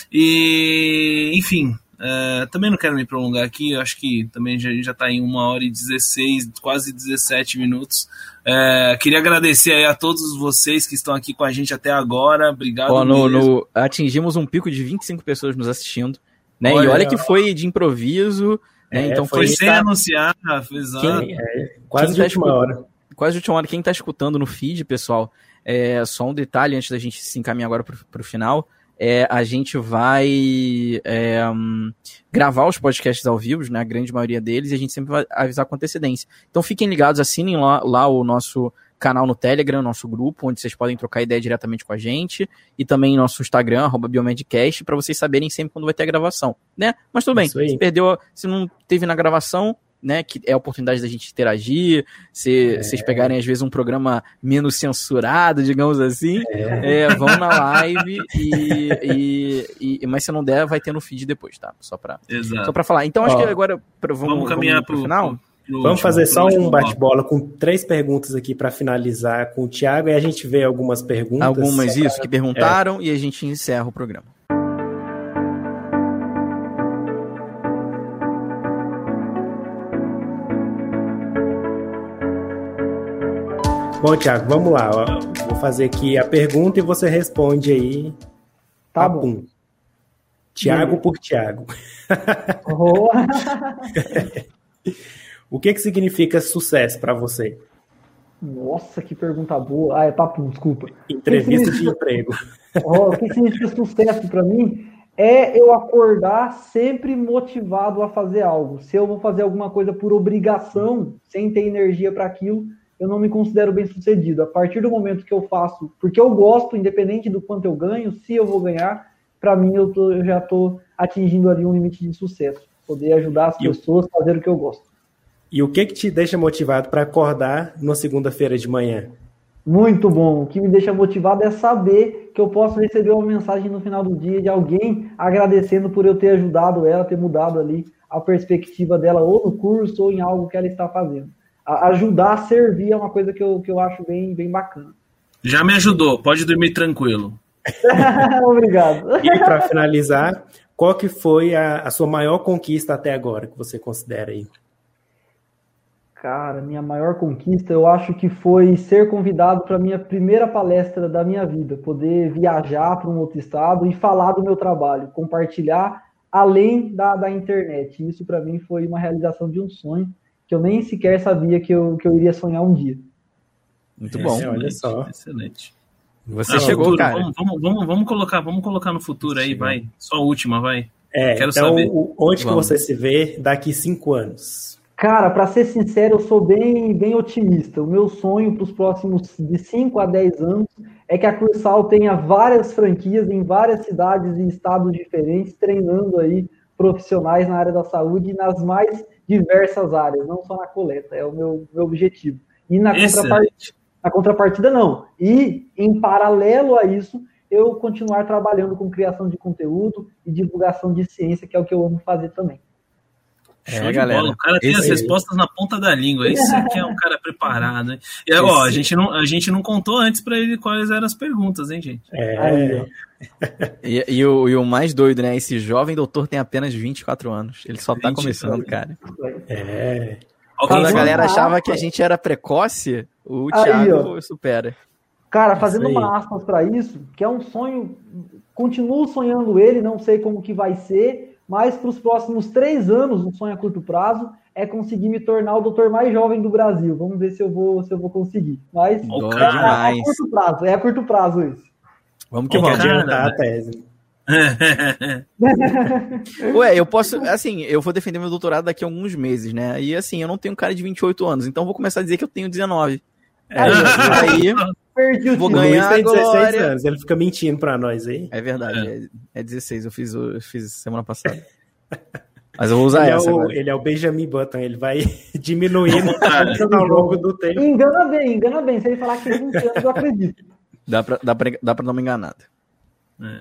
[SPEAKER 3] E, enfim, é, também não quero me prolongar aqui, acho que também já já está em uma hora e dezesseis, quase dezessete minutos. É, queria agradecer aí a todos vocês que estão aqui com a gente até agora, obrigado.
[SPEAKER 1] Ó, no, no, atingimos um pico de vinte e cinco pessoas nos assistindo, né? Olha, e olha que foi de improviso, né?
[SPEAKER 2] É,
[SPEAKER 1] Então
[SPEAKER 2] foi,
[SPEAKER 1] foi
[SPEAKER 3] sem
[SPEAKER 1] tá...
[SPEAKER 3] anunciar, exato.
[SPEAKER 2] Quem, é, quase de última hora.
[SPEAKER 1] Quase de última hora. Quem está escutando no feed, pessoal, é só um detalhe antes da gente se encaminhar agora para o final. É, a gente vai é, um, gravar os podcasts ao vivo, né, a grande maioria deles, e a gente sempre vai avisar com antecedência. Então fiquem ligados, assinem lá, lá o nosso canal no Telegram, nosso grupo, onde vocês podem trocar ideia diretamente com a gente, e também nosso Instagram, arroba Biomedcast, para vocês saberem sempre quando vai ter a gravação, né? Mas tudo bem, se perdeu, se não teve na gravação, né, que é a oportunidade da gente interagir, se é. vocês pegarem às vezes um programa menos censurado, digamos assim, é. É, vão na live, e, e, e, mas se não der, vai ter no feed depois, tá? Só pra, só pra falar. Então, acho Ó, que agora vamos,
[SPEAKER 3] vamos caminhar
[SPEAKER 1] vamos pro, pro final.
[SPEAKER 3] Pro, pro
[SPEAKER 2] vamos
[SPEAKER 3] último,
[SPEAKER 2] fazer só
[SPEAKER 3] último,
[SPEAKER 2] um bate-bola com três perguntas aqui para finalizar com o Thiago, e a gente vê algumas perguntas.
[SPEAKER 1] Algumas, isso, pra... que perguntaram, é. e a gente encerra o programa.
[SPEAKER 2] Bom, Thiago, vamos lá. Ó. Vou fazer aqui a pergunta e você responde aí.
[SPEAKER 4] Tá bom.
[SPEAKER 2] Thiago por Thiago. Oh. O que que significa sucesso para você?
[SPEAKER 4] Nossa, que pergunta boa. Ah, é papo, desculpa.
[SPEAKER 2] Entrevista de emprego.
[SPEAKER 4] Oh, o que significa sucesso para mim? é eu acordar sempre motivado a fazer algo. Se eu vou fazer alguma coisa por obrigação, sem ter energia para aquilo, eu não me considero bem sucedido. A partir do momento que eu faço, porque eu gosto, independente do quanto eu ganho, se eu vou ganhar, para mim eu, tô, eu já estou atingindo ali um limite de sucesso. Poder ajudar as pessoas a fazer o que eu gosto.
[SPEAKER 2] E o que que te deixa motivado para acordar numa segunda-feira de manhã?
[SPEAKER 4] Muito bom. O que me deixa motivado é saber que eu posso receber uma mensagem no final do dia de alguém agradecendo por eu ter ajudado ela, ter mudado ali a perspectiva dela, ou no curso, ou em algo que ela está fazendo. A ajudar a servir é uma coisa que eu, que eu acho bem, bem bacana.
[SPEAKER 3] Já me ajudou, pode dormir tranquilo.
[SPEAKER 4] Obrigado.
[SPEAKER 2] E para finalizar, qual que foi a, a sua maior conquista até agora, que você considera aí?
[SPEAKER 4] Cara, minha maior conquista, eu acho que foi ser convidado para a minha primeira palestra da minha vida, poder viajar para um outro estado e falar do meu trabalho, compartilhar além da, da internet. Isso para mim foi uma realização de um sonho que eu nem sequer sabia que eu, que eu iria sonhar um dia.
[SPEAKER 1] Muito bom.
[SPEAKER 2] É, olha só.
[SPEAKER 3] Excelente.
[SPEAKER 1] Você
[SPEAKER 3] Ah,
[SPEAKER 1] chegou,
[SPEAKER 3] futuro,
[SPEAKER 1] cara.
[SPEAKER 3] Vamos, vamos, vamos, vamos, colocar, vamos colocar no futuro aí, vai. Só a última, vai.
[SPEAKER 2] É,
[SPEAKER 3] Quero
[SPEAKER 2] então,
[SPEAKER 3] saber.
[SPEAKER 2] o- onde que
[SPEAKER 1] Vamos.
[SPEAKER 2] você se vê daqui cinco anos?
[SPEAKER 4] Cara, para ser sincero, eu sou bem, bem otimista. O meu sonho para os próximos de cinco a dez anos é que a Cursal tenha várias franquias em várias cidades e estados diferentes, treinando aí profissionais na área da saúde e nas mais diversas áreas, não só na coleta. É o meu, meu objetivo. E na contrapartida,
[SPEAKER 3] Excelente.
[SPEAKER 4] na contrapartida, não. E, em paralelo a isso, eu continuar trabalhando com criação de conteúdo e divulgação de ciência, que é o que eu amo fazer também.
[SPEAKER 3] Show
[SPEAKER 1] É,
[SPEAKER 3] de
[SPEAKER 1] galera.
[SPEAKER 3] bola. O cara tem
[SPEAKER 1] Esse
[SPEAKER 3] as
[SPEAKER 1] aí.
[SPEAKER 3] respostas na ponta da língua. Esse aqui é um cara preparado, hein? E, ó, a,
[SPEAKER 2] Esse-
[SPEAKER 3] gente não, a gente não contou antes pra ele quais eram as perguntas, hein, gente?
[SPEAKER 2] É,
[SPEAKER 4] Aí, ó.
[SPEAKER 1] E, e o, e o mais doido, né? Esse jovem doutor tem apenas vinte e quatro anos. Ele só tá
[SPEAKER 3] vinte e
[SPEAKER 1] começando,
[SPEAKER 3] quatro.
[SPEAKER 1] cara.
[SPEAKER 2] é.
[SPEAKER 3] Alguém
[SPEAKER 1] Quando a
[SPEAKER 4] Fazendo
[SPEAKER 1] galera
[SPEAKER 4] uma
[SPEAKER 1] achava
[SPEAKER 4] aspa.
[SPEAKER 1] que a gente era precoce, o
[SPEAKER 4] Aí,
[SPEAKER 1] Thiago
[SPEAKER 4] ó.
[SPEAKER 1] supera.
[SPEAKER 4] Cara, fazendo
[SPEAKER 2] aí.
[SPEAKER 4] uma aspas para isso, que é um sonho, continuo sonhando ele, não sei como que vai ser, mas para os próximos três anos, um sonho a curto prazo, é conseguir me tornar o doutor mais jovem do Brasil. Vamos ver se eu vou, se eu vou conseguir. Mas
[SPEAKER 3] Ó,
[SPEAKER 1] Dó
[SPEAKER 3] cara.
[SPEAKER 4] é, a
[SPEAKER 1] demais.
[SPEAKER 4] curto prazo, é a curto prazo isso.
[SPEAKER 1] Vamos que
[SPEAKER 3] Ó,
[SPEAKER 2] Tem que
[SPEAKER 1] vamos.
[SPEAKER 3] cara,
[SPEAKER 2] adiantar a
[SPEAKER 3] né?
[SPEAKER 2] tese.
[SPEAKER 1] Ué, eu posso, assim, eu vou defender meu doutorado daqui a alguns meses, né? E assim, eu não tenho cara de vinte e oito anos, então eu vou começar a dizer que eu tenho dezenove.
[SPEAKER 4] Aí,
[SPEAKER 1] Aí,
[SPEAKER 4] perdi o
[SPEAKER 1] Vou
[SPEAKER 2] O
[SPEAKER 4] time.
[SPEAKER 1] ganhar.
[SPEAKER 2] Luiz tem dezesseis
[SPEAKER 1] glória.
[SPEAKER 2] anos, ele fica mentindo pra nós aí.
[SPEAKER 1] é verdade, é, é dezesseis, eu fiz, o- eu fiz semana passada. Mas eu vou usar
[SPEAKER 2] Ele é,
[SPEAKER 1] essa
[SPEAKER 2] o,
[SPEAKER 1] agora.
[SPEAKER 2] ele é o Benjamin Button, ele vai diminuindo
[SPEAKER 3] contrário.
[SPEAKER 2] ao longo do tempo.
[SPEAKER 4] Engana bem, engana bem. Se ele falar que tem vinte anos, eu acredito.
[SPEAKER 1] Dá pra, dá, pra, dá pra dar uma enganada.
[SPEAKER 3] É.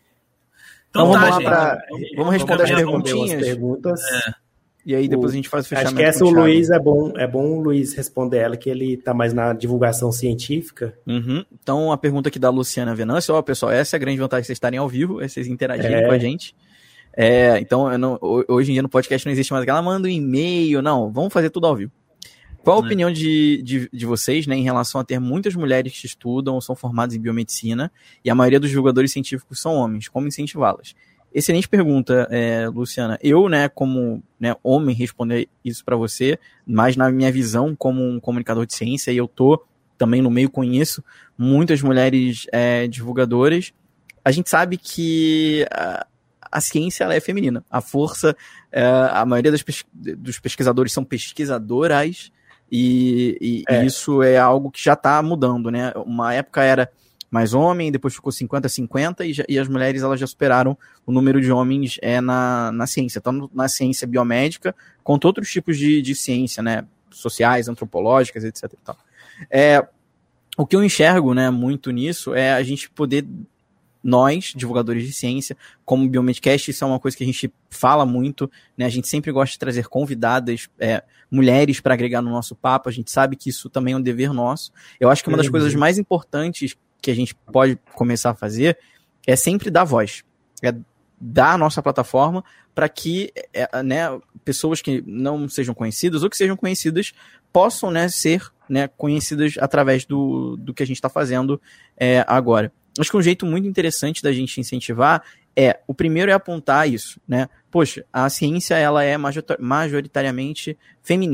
[SPEAKER 1] Então
[SPEAKER 3] Então,
[SPEAKER 1] vamos
[SPEAKER 3] tá,
[SPEAKER 1] lá
[SPEAKER 3] gente.
[SPEAKER 1] pra- vamos responder as
[SPEAKER 2] responder umas
[SPEAKER 1] perguntinhas.
[SPEAKER 2] perguntas.
[SPEAKER 1] E aí depois
[SPEAKER 2] O-
[SPEAKER 1] a gente faz o
[SPEAKER 2] Acho
[SPEAKER 1] fechamento.
[SPEAKER 2] que essa
[SPEAKER 1] com
[SPEAKER 2] o
[SPEAKER 1] Thiago.
[SPEAKER 2] Luiz é bom, é bom o Luiz responder ela, que ele tá mais na divulgação científica.
[SPEAKER 1] Uhum. Então, a pergunta aqui da Luciana Venâncio, ó, pessoal, essa é a grande vantagem de vocês estarem ao vivo, é vocês interagirem
[SPEAKER 2] É.
[SPEAKER 1] com a gente. É, então, eu não- ho- hoje em dia no podcast não existe mais aquela, manda um e-mail, não, vamos fazer tudo ao vivo. Qual a
[SPEAKER 3] É.
[SPEAKER 1] opinião de, de, de vocês, né, em relação a ter muitas mulheres que estudam ou são formadas em biomedicina e a maioria dos divulgadores científicos são homens? Como incentivá-las? Excelente pergunta, é, Luciana. Eu, né, como né, homem, responder isso para você, mas na minha visão como um comunicador de ciência, e eu tô também no meio, conheço muitas mulheres é, divulgadoras. A gente sabe que a, a ciência ela é feminina. A força, é, a maioria das pes- dos pesquisadores são pesquisadoras, e, e-
[SPEAKER 2] É.
[SPEAKER 1] e isso é algo que já está mudando, né? Uma época era mais homem, depois ficou cinquenta a cinquenta, e, já- e as mulheres elas já superaram o número de homens é, na, na ciência, tanto na ciência biomédica, quanto outros tipos de, de ciência, né? Sociais, antropológicas, etc e tal. É, o que eu enxergo, né, muito nisso é a gente poder, nós, divulgadores de ciência, como Biomedcast, isso é uma coisa que a gente fala muito, né, a gente sempre gosta de trazer convidadas, é, mulheres para agregar no nosso papo, a gente sabe que isso também é um dever nosso. Eu acho que uma das
[SPEAKER 2] Uhum.
[SPEAKER 1] coisas mais importantes que a gente pode começar a fazer é sempre dar voz, é dar a nossa plataforma para que é, né, pessoas que não sejam conhecidas ou que sejam conhecidas possam, né, ser, né, conhecidas através do, do que a gente está fazendo é, agora. Acho que um jeito muito interessante da gente incentivar é, o primeiro é apontar isso, né? Poxa, a ciência ela é majorita- majoritariamente feminina.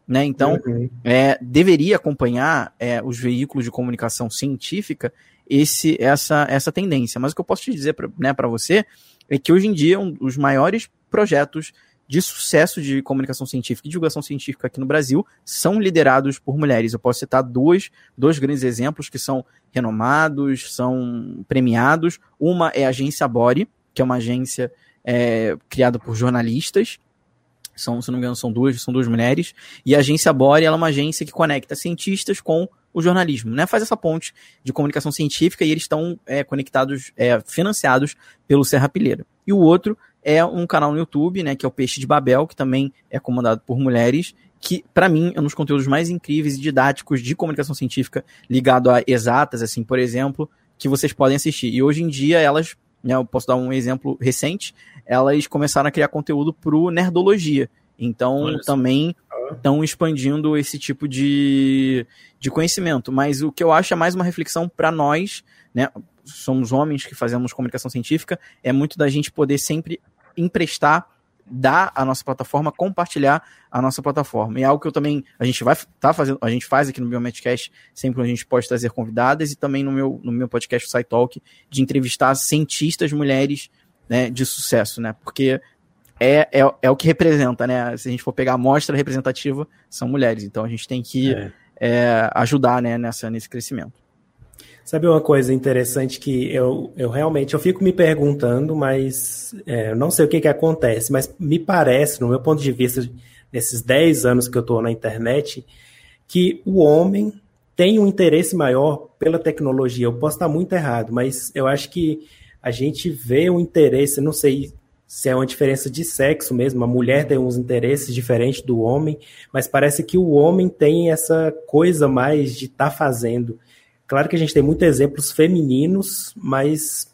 [SPEAKER 1] né? Então, uhum. é, deveria acompanhar é, os veículos de comunicação científica esse, essa, essa tendência. Mas o que eu posso te dizer para né, para você é que hoje em dia um, os maiores projetos de sucesso de comunicação científica e divulgação científica aqui no Brasil são liderados por mulheres. Eu posso citar dois, dois grandes exemplos que são renomados, são premiados. Uma é a Agência Bore, que é uma agência é, criada por jornalistas. São, se não me engano, são duas, são duas mulheres. E a Agência Bore ela é uma agência que conecta cientistas com o jornalismo, né? Faz essa ponte de comunicação científica e eles estão é, conectados, é, financiados pelo Serra Pilheira. E o outro é um canal no YouTube, né, que é o Peixe de Babel, que também é comandado por mulheres, que, para mim, é um dos conteúdos mais incríveis e didáticos de comunicação científica ligado a exatas, assim, por exemplo, que vocês podem assistir. E hoje em dia, elas, né, eu posso dar um exemplo recente, elas começaram a criar conteúdo pro Nerdologia. Então, Olha também estão expandindo esse tipo de, de conhecimento. Mas o que eu acho é mais uma reflexão para nós, né, somos homens que fazemos comunicação científica, é muito da gente poder sempre emprestar, dar a nossa plataforma, compartilhar a nossa plataforma. E é algo que eu também, a gente vai tá fazendo, a gente faz aqui no Biometcast, sempre a gente pode trazer convidadas, e também no meu, no meu podcast, o SciTalk, de entrevistar cientistas mulheres, né, de sucesso, né, porque é, é, é o que representa, né, se a gente for pegar a amostra representativa, são mulheres, então a gente tem que é. É, ajudar, né, nessa, nesse crescimento.
[SPEAKER 2] Sabe uma coisa interessante que eu, eu realmente, eu fico me perguntando, mas é, eu não sei o que que acontece, mas me parece, no meu ponto de vista, nesses dez anos que eu estou na internet, que o homem tem um interesse maior pela tecnologia. Eu posso estar muito errado, mas eu acho que a gente vê um interesse, não sei se é uma diferença de sexo mesmo, a mulher tem uns interesses diferentes do homem, mas parece que o homem tem essa coisa mais de estar tá fazendo. Claro que a gente tem muitos exemplos femininos, mas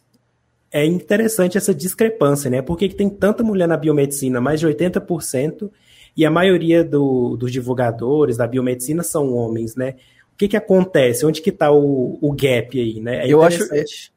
[SPEAKER 2] é interessante essa discrepância, né? Por que que tem tanta mulher na biomedicina, mais de oitenta por cento, e a maioria do, dos divulgadores da biomedicina são homens, né? O que que acontece? Onde que está o, o gap aí, né? É
[SPEAKER 1] eu, acho,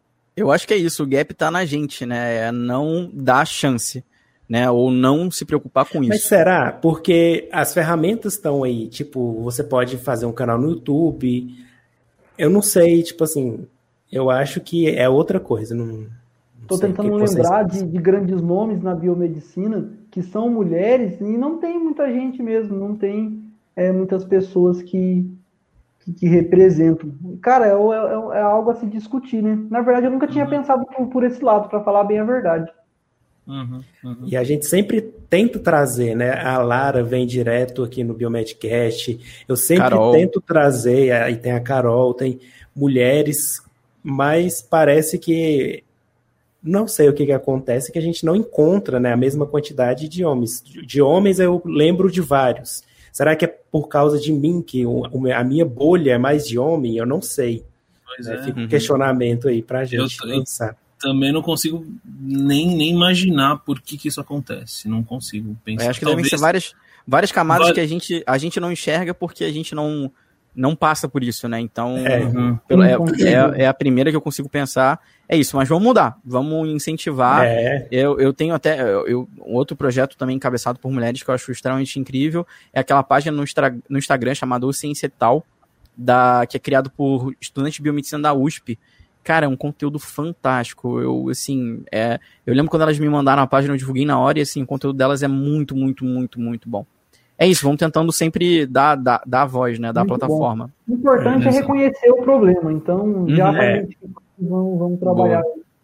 [SPEAKER 1] eu acho que é isso, o gap está na gente, né? É não dar chance, né? Ou não se preocupar com isso.
[SPEAKER 2] Mas será? Porque as ferramentas estão aí, tipo, você pode fazer um canal no YouTube. Eu não sei, tipo assim, eu acho que é outra coisa. Não,
[SPEAKER 4] Estou tentando lembrar de, de grandes nomes na biomedicina que são mulheres e não tem muita gente mesmo, não tem é, muitas pessoas que, que, que representam. Cara, é, é, é algo a se discutir, né? Na verdade, eu nunca tinha uhum. pensado por, por esse lado, para falar bem a verdade.
[SPEAKER 2] Uhum, uhum. E a gente sempre tenta trazer, né? A Lara vem direto aqui no Biomedcast. Eu sempre Carol. tento trazer, aí tem a Carol, tem mulheres, mas parece que não sei o que, que acontece, que a gente não encontra, né, a mesma quantidade de homens. De homens eu lembro de vários. Será que é por causa de mim que a minha bolha é mais de homem? Eu não sei. Pois é, é. Fica um questionamento aí pra gente
[SPEAKER 3] eu,
[SPEAKER 2] pensar.
[SPEAKER 3] Também não consigo nem, nem imaginar por que, que isso acontece. Não consigo pensar.
[SPEAKER 1] Eu acho que Talvez... devem ser várias, várias camadas Vai... que a gente, a gente não enxerga porque a gente não, não passa por isso, né? Então, é, uhum. é, é, é a primeira que eu consigo pensar. É isso, mas vamos mudar. Vamos incentivar. É. Eu, eu tenho até eu, um outro projeto também encabeçado por mulheres que eu acho extremamente incrível. É aquela página no, Instra, no Instagram chamada O Ciência Tal, da, que é criado por estudantes de biomedicina da U S P. Cara, é um conteúdo fantástico. Eu, assim, é, eu lembro quando elas me mandaram a página, eu divulguei na hora e, assim, o conteúdo delas é muito, muito, muito, muito bom. É isso, vamos tentando sempre dar, dar, dar a voz, né, dar muito a plataforma.
[SPEAKER 4] Bom. O importante é, é reconhecer o problema. Então, já uhum, é. vamos, vamos trabalhar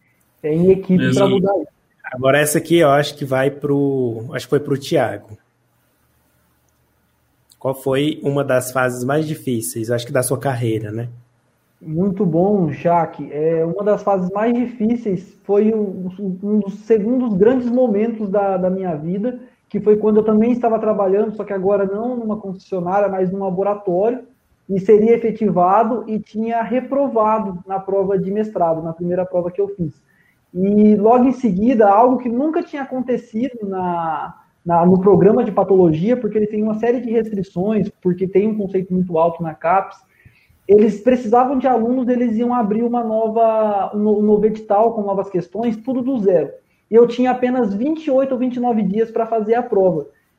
[SPEAKER 4] é, em equipe para mudar isso.
[SPEAKER 2] Agora, essa aqui eu acho que vai pro. Acho que foi pro Thiago. Qual foi uma das fases mais difíceis, acho que da sua carreira, né?
[SPEAKER 4] Muito bom, Jaque. É, uma das fases mais difíceis foi um, um dos segundos grandes momentos da, da minha vida, que foi quando eu também estava trabalhando, só que agora não numa concessionária, mas num laboratório, e seria efetivado e tinha reprovado na prova de mestrado, na primeira prova que eu fiz. E logo em seguida, algo que nunca tinha acontecido na, na, no programa de patologia, porque ele tem uma série de restrições, porque tem um conceito muito alto na CAPES, eles precisavam de alunos, eles iam abrir uma nova, um novo edital com novas questões, tudo do zero. E eu tinha apenas vinte e oito ou vinte e nove dias para fazer a prova.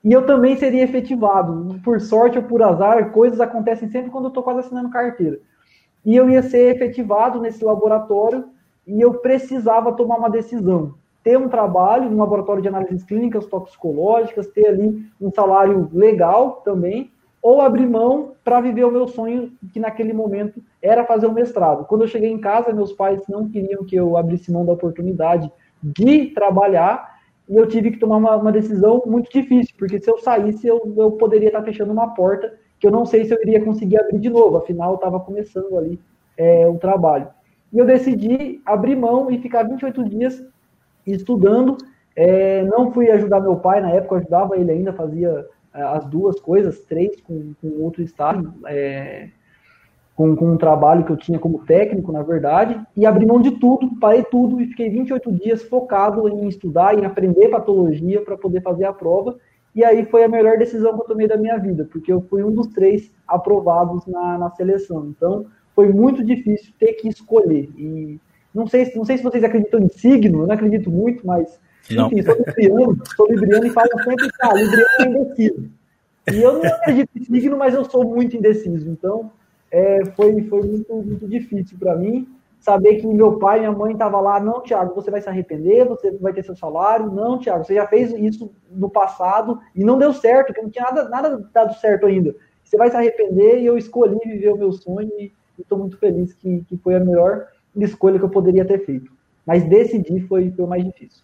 [SPEAKER 4] e eu também seria efetivado. Por sorte ou por azar, coisas acontecem sempre quando eu estou quase assinando carteira. E eu ia ser efetivado nesse laboratório e eu precisava tomar uma decisão. Ter um trabalho no laboratório de análises clínicas, toxicológicas, ter ali um salário legal também, ou abrir mão para viver o meu sonho, que naquele momento era fazer um mestrado. Quando eu cheguei em casa, meus pais não queriam que eu abrisse mão da oportunidade de trabalhar, e eu tive que tomar uma, uma decisão muito difícil, porque se eu saísse, eu, eu poderia estar fechando uma porta que eu não sei se eu iria conseguir abrir de novo, afinal eu estava começando ali é, o trabalho. E eu decidi abrir mão e ficar vinte e oito dias estudando. É, não fui ajudar meu pai, na época eu ajudava ele ainda, fazia as duas coisas, três com, com outro estado, é, com, com um trabalho que eu tinha como técnico, na verdade, e abri mão de tudo, parei tudo e fiquei vinte e oito dias focado em estudar, em aprender patologia para poder fazer a prova, e aí foi a melhor decisão que eu tomei da minha vida, porque eu fui um dos três aprovados na, na seleção. Então, foi muito difícil ter que escolher. E não sei, não sei se vocês acreditam em signo, eu não acredito muito, mas
[SPEAKER 1] não.
[SPEAKER 4] Enfim, sou libriano, sou libriano e falo sempre que ah, libriano é indeciso. E eu não acredito em signo, mas eu sou muito indeciso. Então, é, foi, foi muito, muito difícil para mim saber que meu pai e minha mãe estavam lá. Não, Thiago, você vai se arrepender, você vai ter seu salário. Não, Thiago, você já fez isso no passado e não deu certo, porque não tinha nada, nada dado certo ainda. Você vai se arrepender e eu escolhi viver o meu sonho e estou muito feliz que, que foi a melhor escolha que eu poderia ter feito. Mas decidir foi, foi o mais difícil.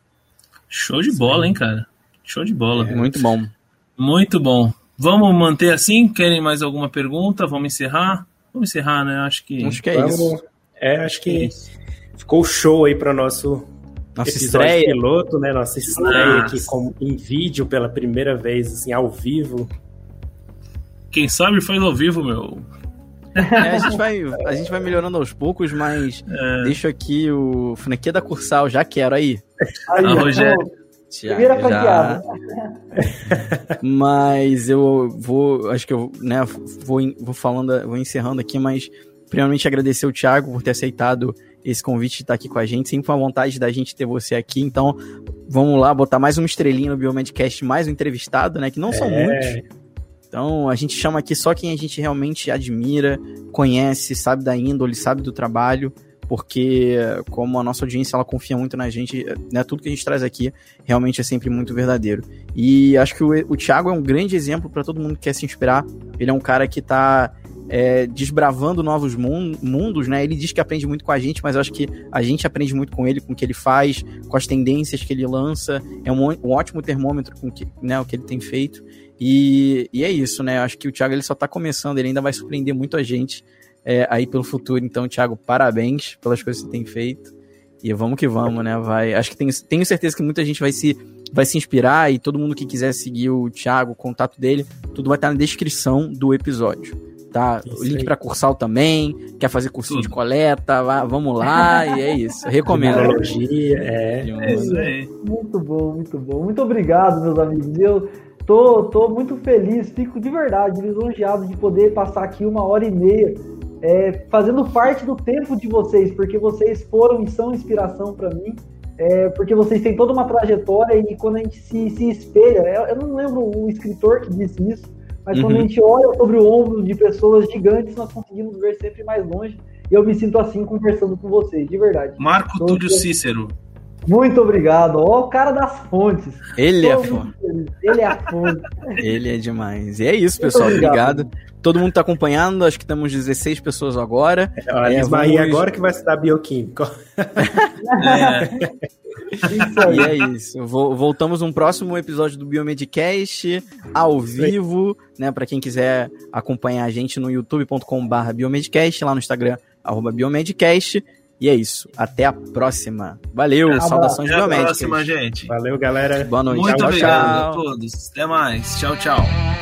[SPEAKER 3] Show de bola, hein, cara? Show de bola.
[SPEAKER 1] É, muito bom.
[SPEAKER 3] Muito bom. Vamos manter assim? Querem mais alguma pergunta? Vamos encerrar? Vamos encerrar, né? Acho que...
[SPEAKER 1] Acho que é
[SPEAKER 2] Vamos...
[SPEAKER 1] isso.
[SPEAKER 2] É, acho que ficou show aí para nosso
[SPEAKER 1] Nossa
[SPEAKER 2] episódio
[SPEAKER 1] estreia.
[SPEAKER 2] piloto, né? Nossa estreia
[SPEAKER 3] Nossa.
[SPEAKER 2] aqui com, em vídeo pela primeira vez, assim, ao vivo.
[SPEAKER 3] Quem sabe faz ao vivo, meu.
[SPEAKER 1] É, a, gente vai, a gente vai melhorando aos poucos, mas
[SPEAKER 3] É.
[SPEAKER 1] deixo aqui o Franquia da Cursal, já quero aí.
[SPEAKER 4] Aí,
[SPEAKER 3] Ah, Rogério.
[SPEAKER 1] Já,
[SPEAKER 4] Primeira
[SPEAKER 1] já.
[SPEAKER 4] franqueada.
[SPEAKER 1] Mas eu vou, acho que eu, né, vou, vou falando, vou encerrando aqui, mas primeiramente agradecer o Thiago por ter aceitado esse convite de estar aqui com a gente, sempre foi uma vontade da gente ter você aqui, então vamos lá, botar mais uma estrelinha no Biomedcast, mais um entrevistado, né, que não são
[SPEAKER 2] É.
[SPEAKER 1] muitos. Então a gente chama aqui só quem a gente realmente admira, conhece, sabe da índole, sabe do trabalho, porque como a nossa audiência ela confia muito na gente, né, tudo que a gente traz aqui realmente é sempre muito verdadeiro. E acho que o, o Thiago é um grande exemplo para todo mundo que quer se inspirar. Ele é um cara que está é, desbravando novos mun- mundos, né? Ele diz que aprende muito com a gente, mas eu acho que a gente aprende muito com ele, com o que ele faz, com as tendências que ele lança. É um, um ótimo termômetro com que, né, o que ele tem feito. E, e é isso, né? Eu acho que o Thiago ele só está começando, ele ainda vai surpreender muito a gente é, aí pelo futuro. Então, Thiago, parabéns pelas coisas que você tem feito. E vamos que vamos, né? Vai, acho que tenho, tenho certeza que muita gente vai se, vai se inspirar, e todo mundo que quiser seguir o Thiago, o contato dele, tudo vai estar na descrição do episódio. Tá?
[SPEAKER 2] Isso
[SPEAKER 1] O link
[SPEAKER 2] aí.
[SPEAKER 1] para Cursal também, quer fazer cursinho de coleta, vá, vamos lá, e é isso. Recomendo.
[SPEAKER 2] Tecnologia, é.
[SPEAKER 3] É isso aí.
[SPEAKER 4] Muito bom, muito bom. Muito obrigado, meus amigos. Eu tô, tô muito feliz, fico de verdade lisonjeado de poder passar aqui uma hora e meia é, fazendo parte do tempo de vocês, porque vocês foram e são inspiração para mim, é, porque vocês têm toda uma trajetória e quando a gente se, se espelha, eu, eu não lembro o escritor que disse isso, mas
[SPEAKER 1] Uhum.
[SPEAKER 4] quando a gente olha sobre o ombro de pessoas gigantes, nós conseguimos ver sempre mais longe. E eu me sinto assim conversando com vocês, de verdade.
[SPEAKER 3] Marco
[SPEAKER 4] Tô-
[SPEAKER 3] Túlio Cícero.
[SPEAKER 4] Muito obrigado. Ó, o cara das fontes.
[SPEAKER 1] Ele é
[SPEAKER 4] Tô
[SPEAKER 1] foda.
[SPEAKER 4] muito feliz. Ele é a fonte.
[SPEAKER 1] Ele é demais. E é isso,
[SPEAKER 4] Muito
[SPEAKER 1] pessoal.
[SPEAKER 4] obrigado.
[SPEAKER 1] Obrigado. Todo mundo tá acompanhando, acho que temos dezesseis pessoas agora.
[SPEAKER 2] Olha,
[SPEAKER 1] É,
[SPEAKER 2] Ismael,
[SPEAKER 1] vamos-
[SPEAKER 2] agora que vai estudar bioquímica.
[SPEAKER 3] É.
[SPEAKER 4] Isso aí.
[SPEAKER 1] E é isso. Vo- Voltamos num próximo episódio do Biomedcast, ao vivo, né? Pra quem quiser acompanhar a gente no youtube ponto com barra biomedcast, lá no Instagram, arroba biomedcast. E é isso. Até a próxima. Valeu.
[SPEAKER 4] Abraço.
[SPEAKER 1] Saudações
[SPEAKER 3] Até a
[SPEAKER 1] biomédicas.
[SPEAKER 3] próxima, gente.
[SPEAKER 2] Valeu, galera.
[SPEAKER 1] Boa noite.
[SPEAKER 3] Muito
[SPEAKER 1] Tchau,
[SPEAKER 3] obrigado
[SPEAKER 1] tchau.
[SPEAKER 3] a todos. Até mais. Tchau, tchau.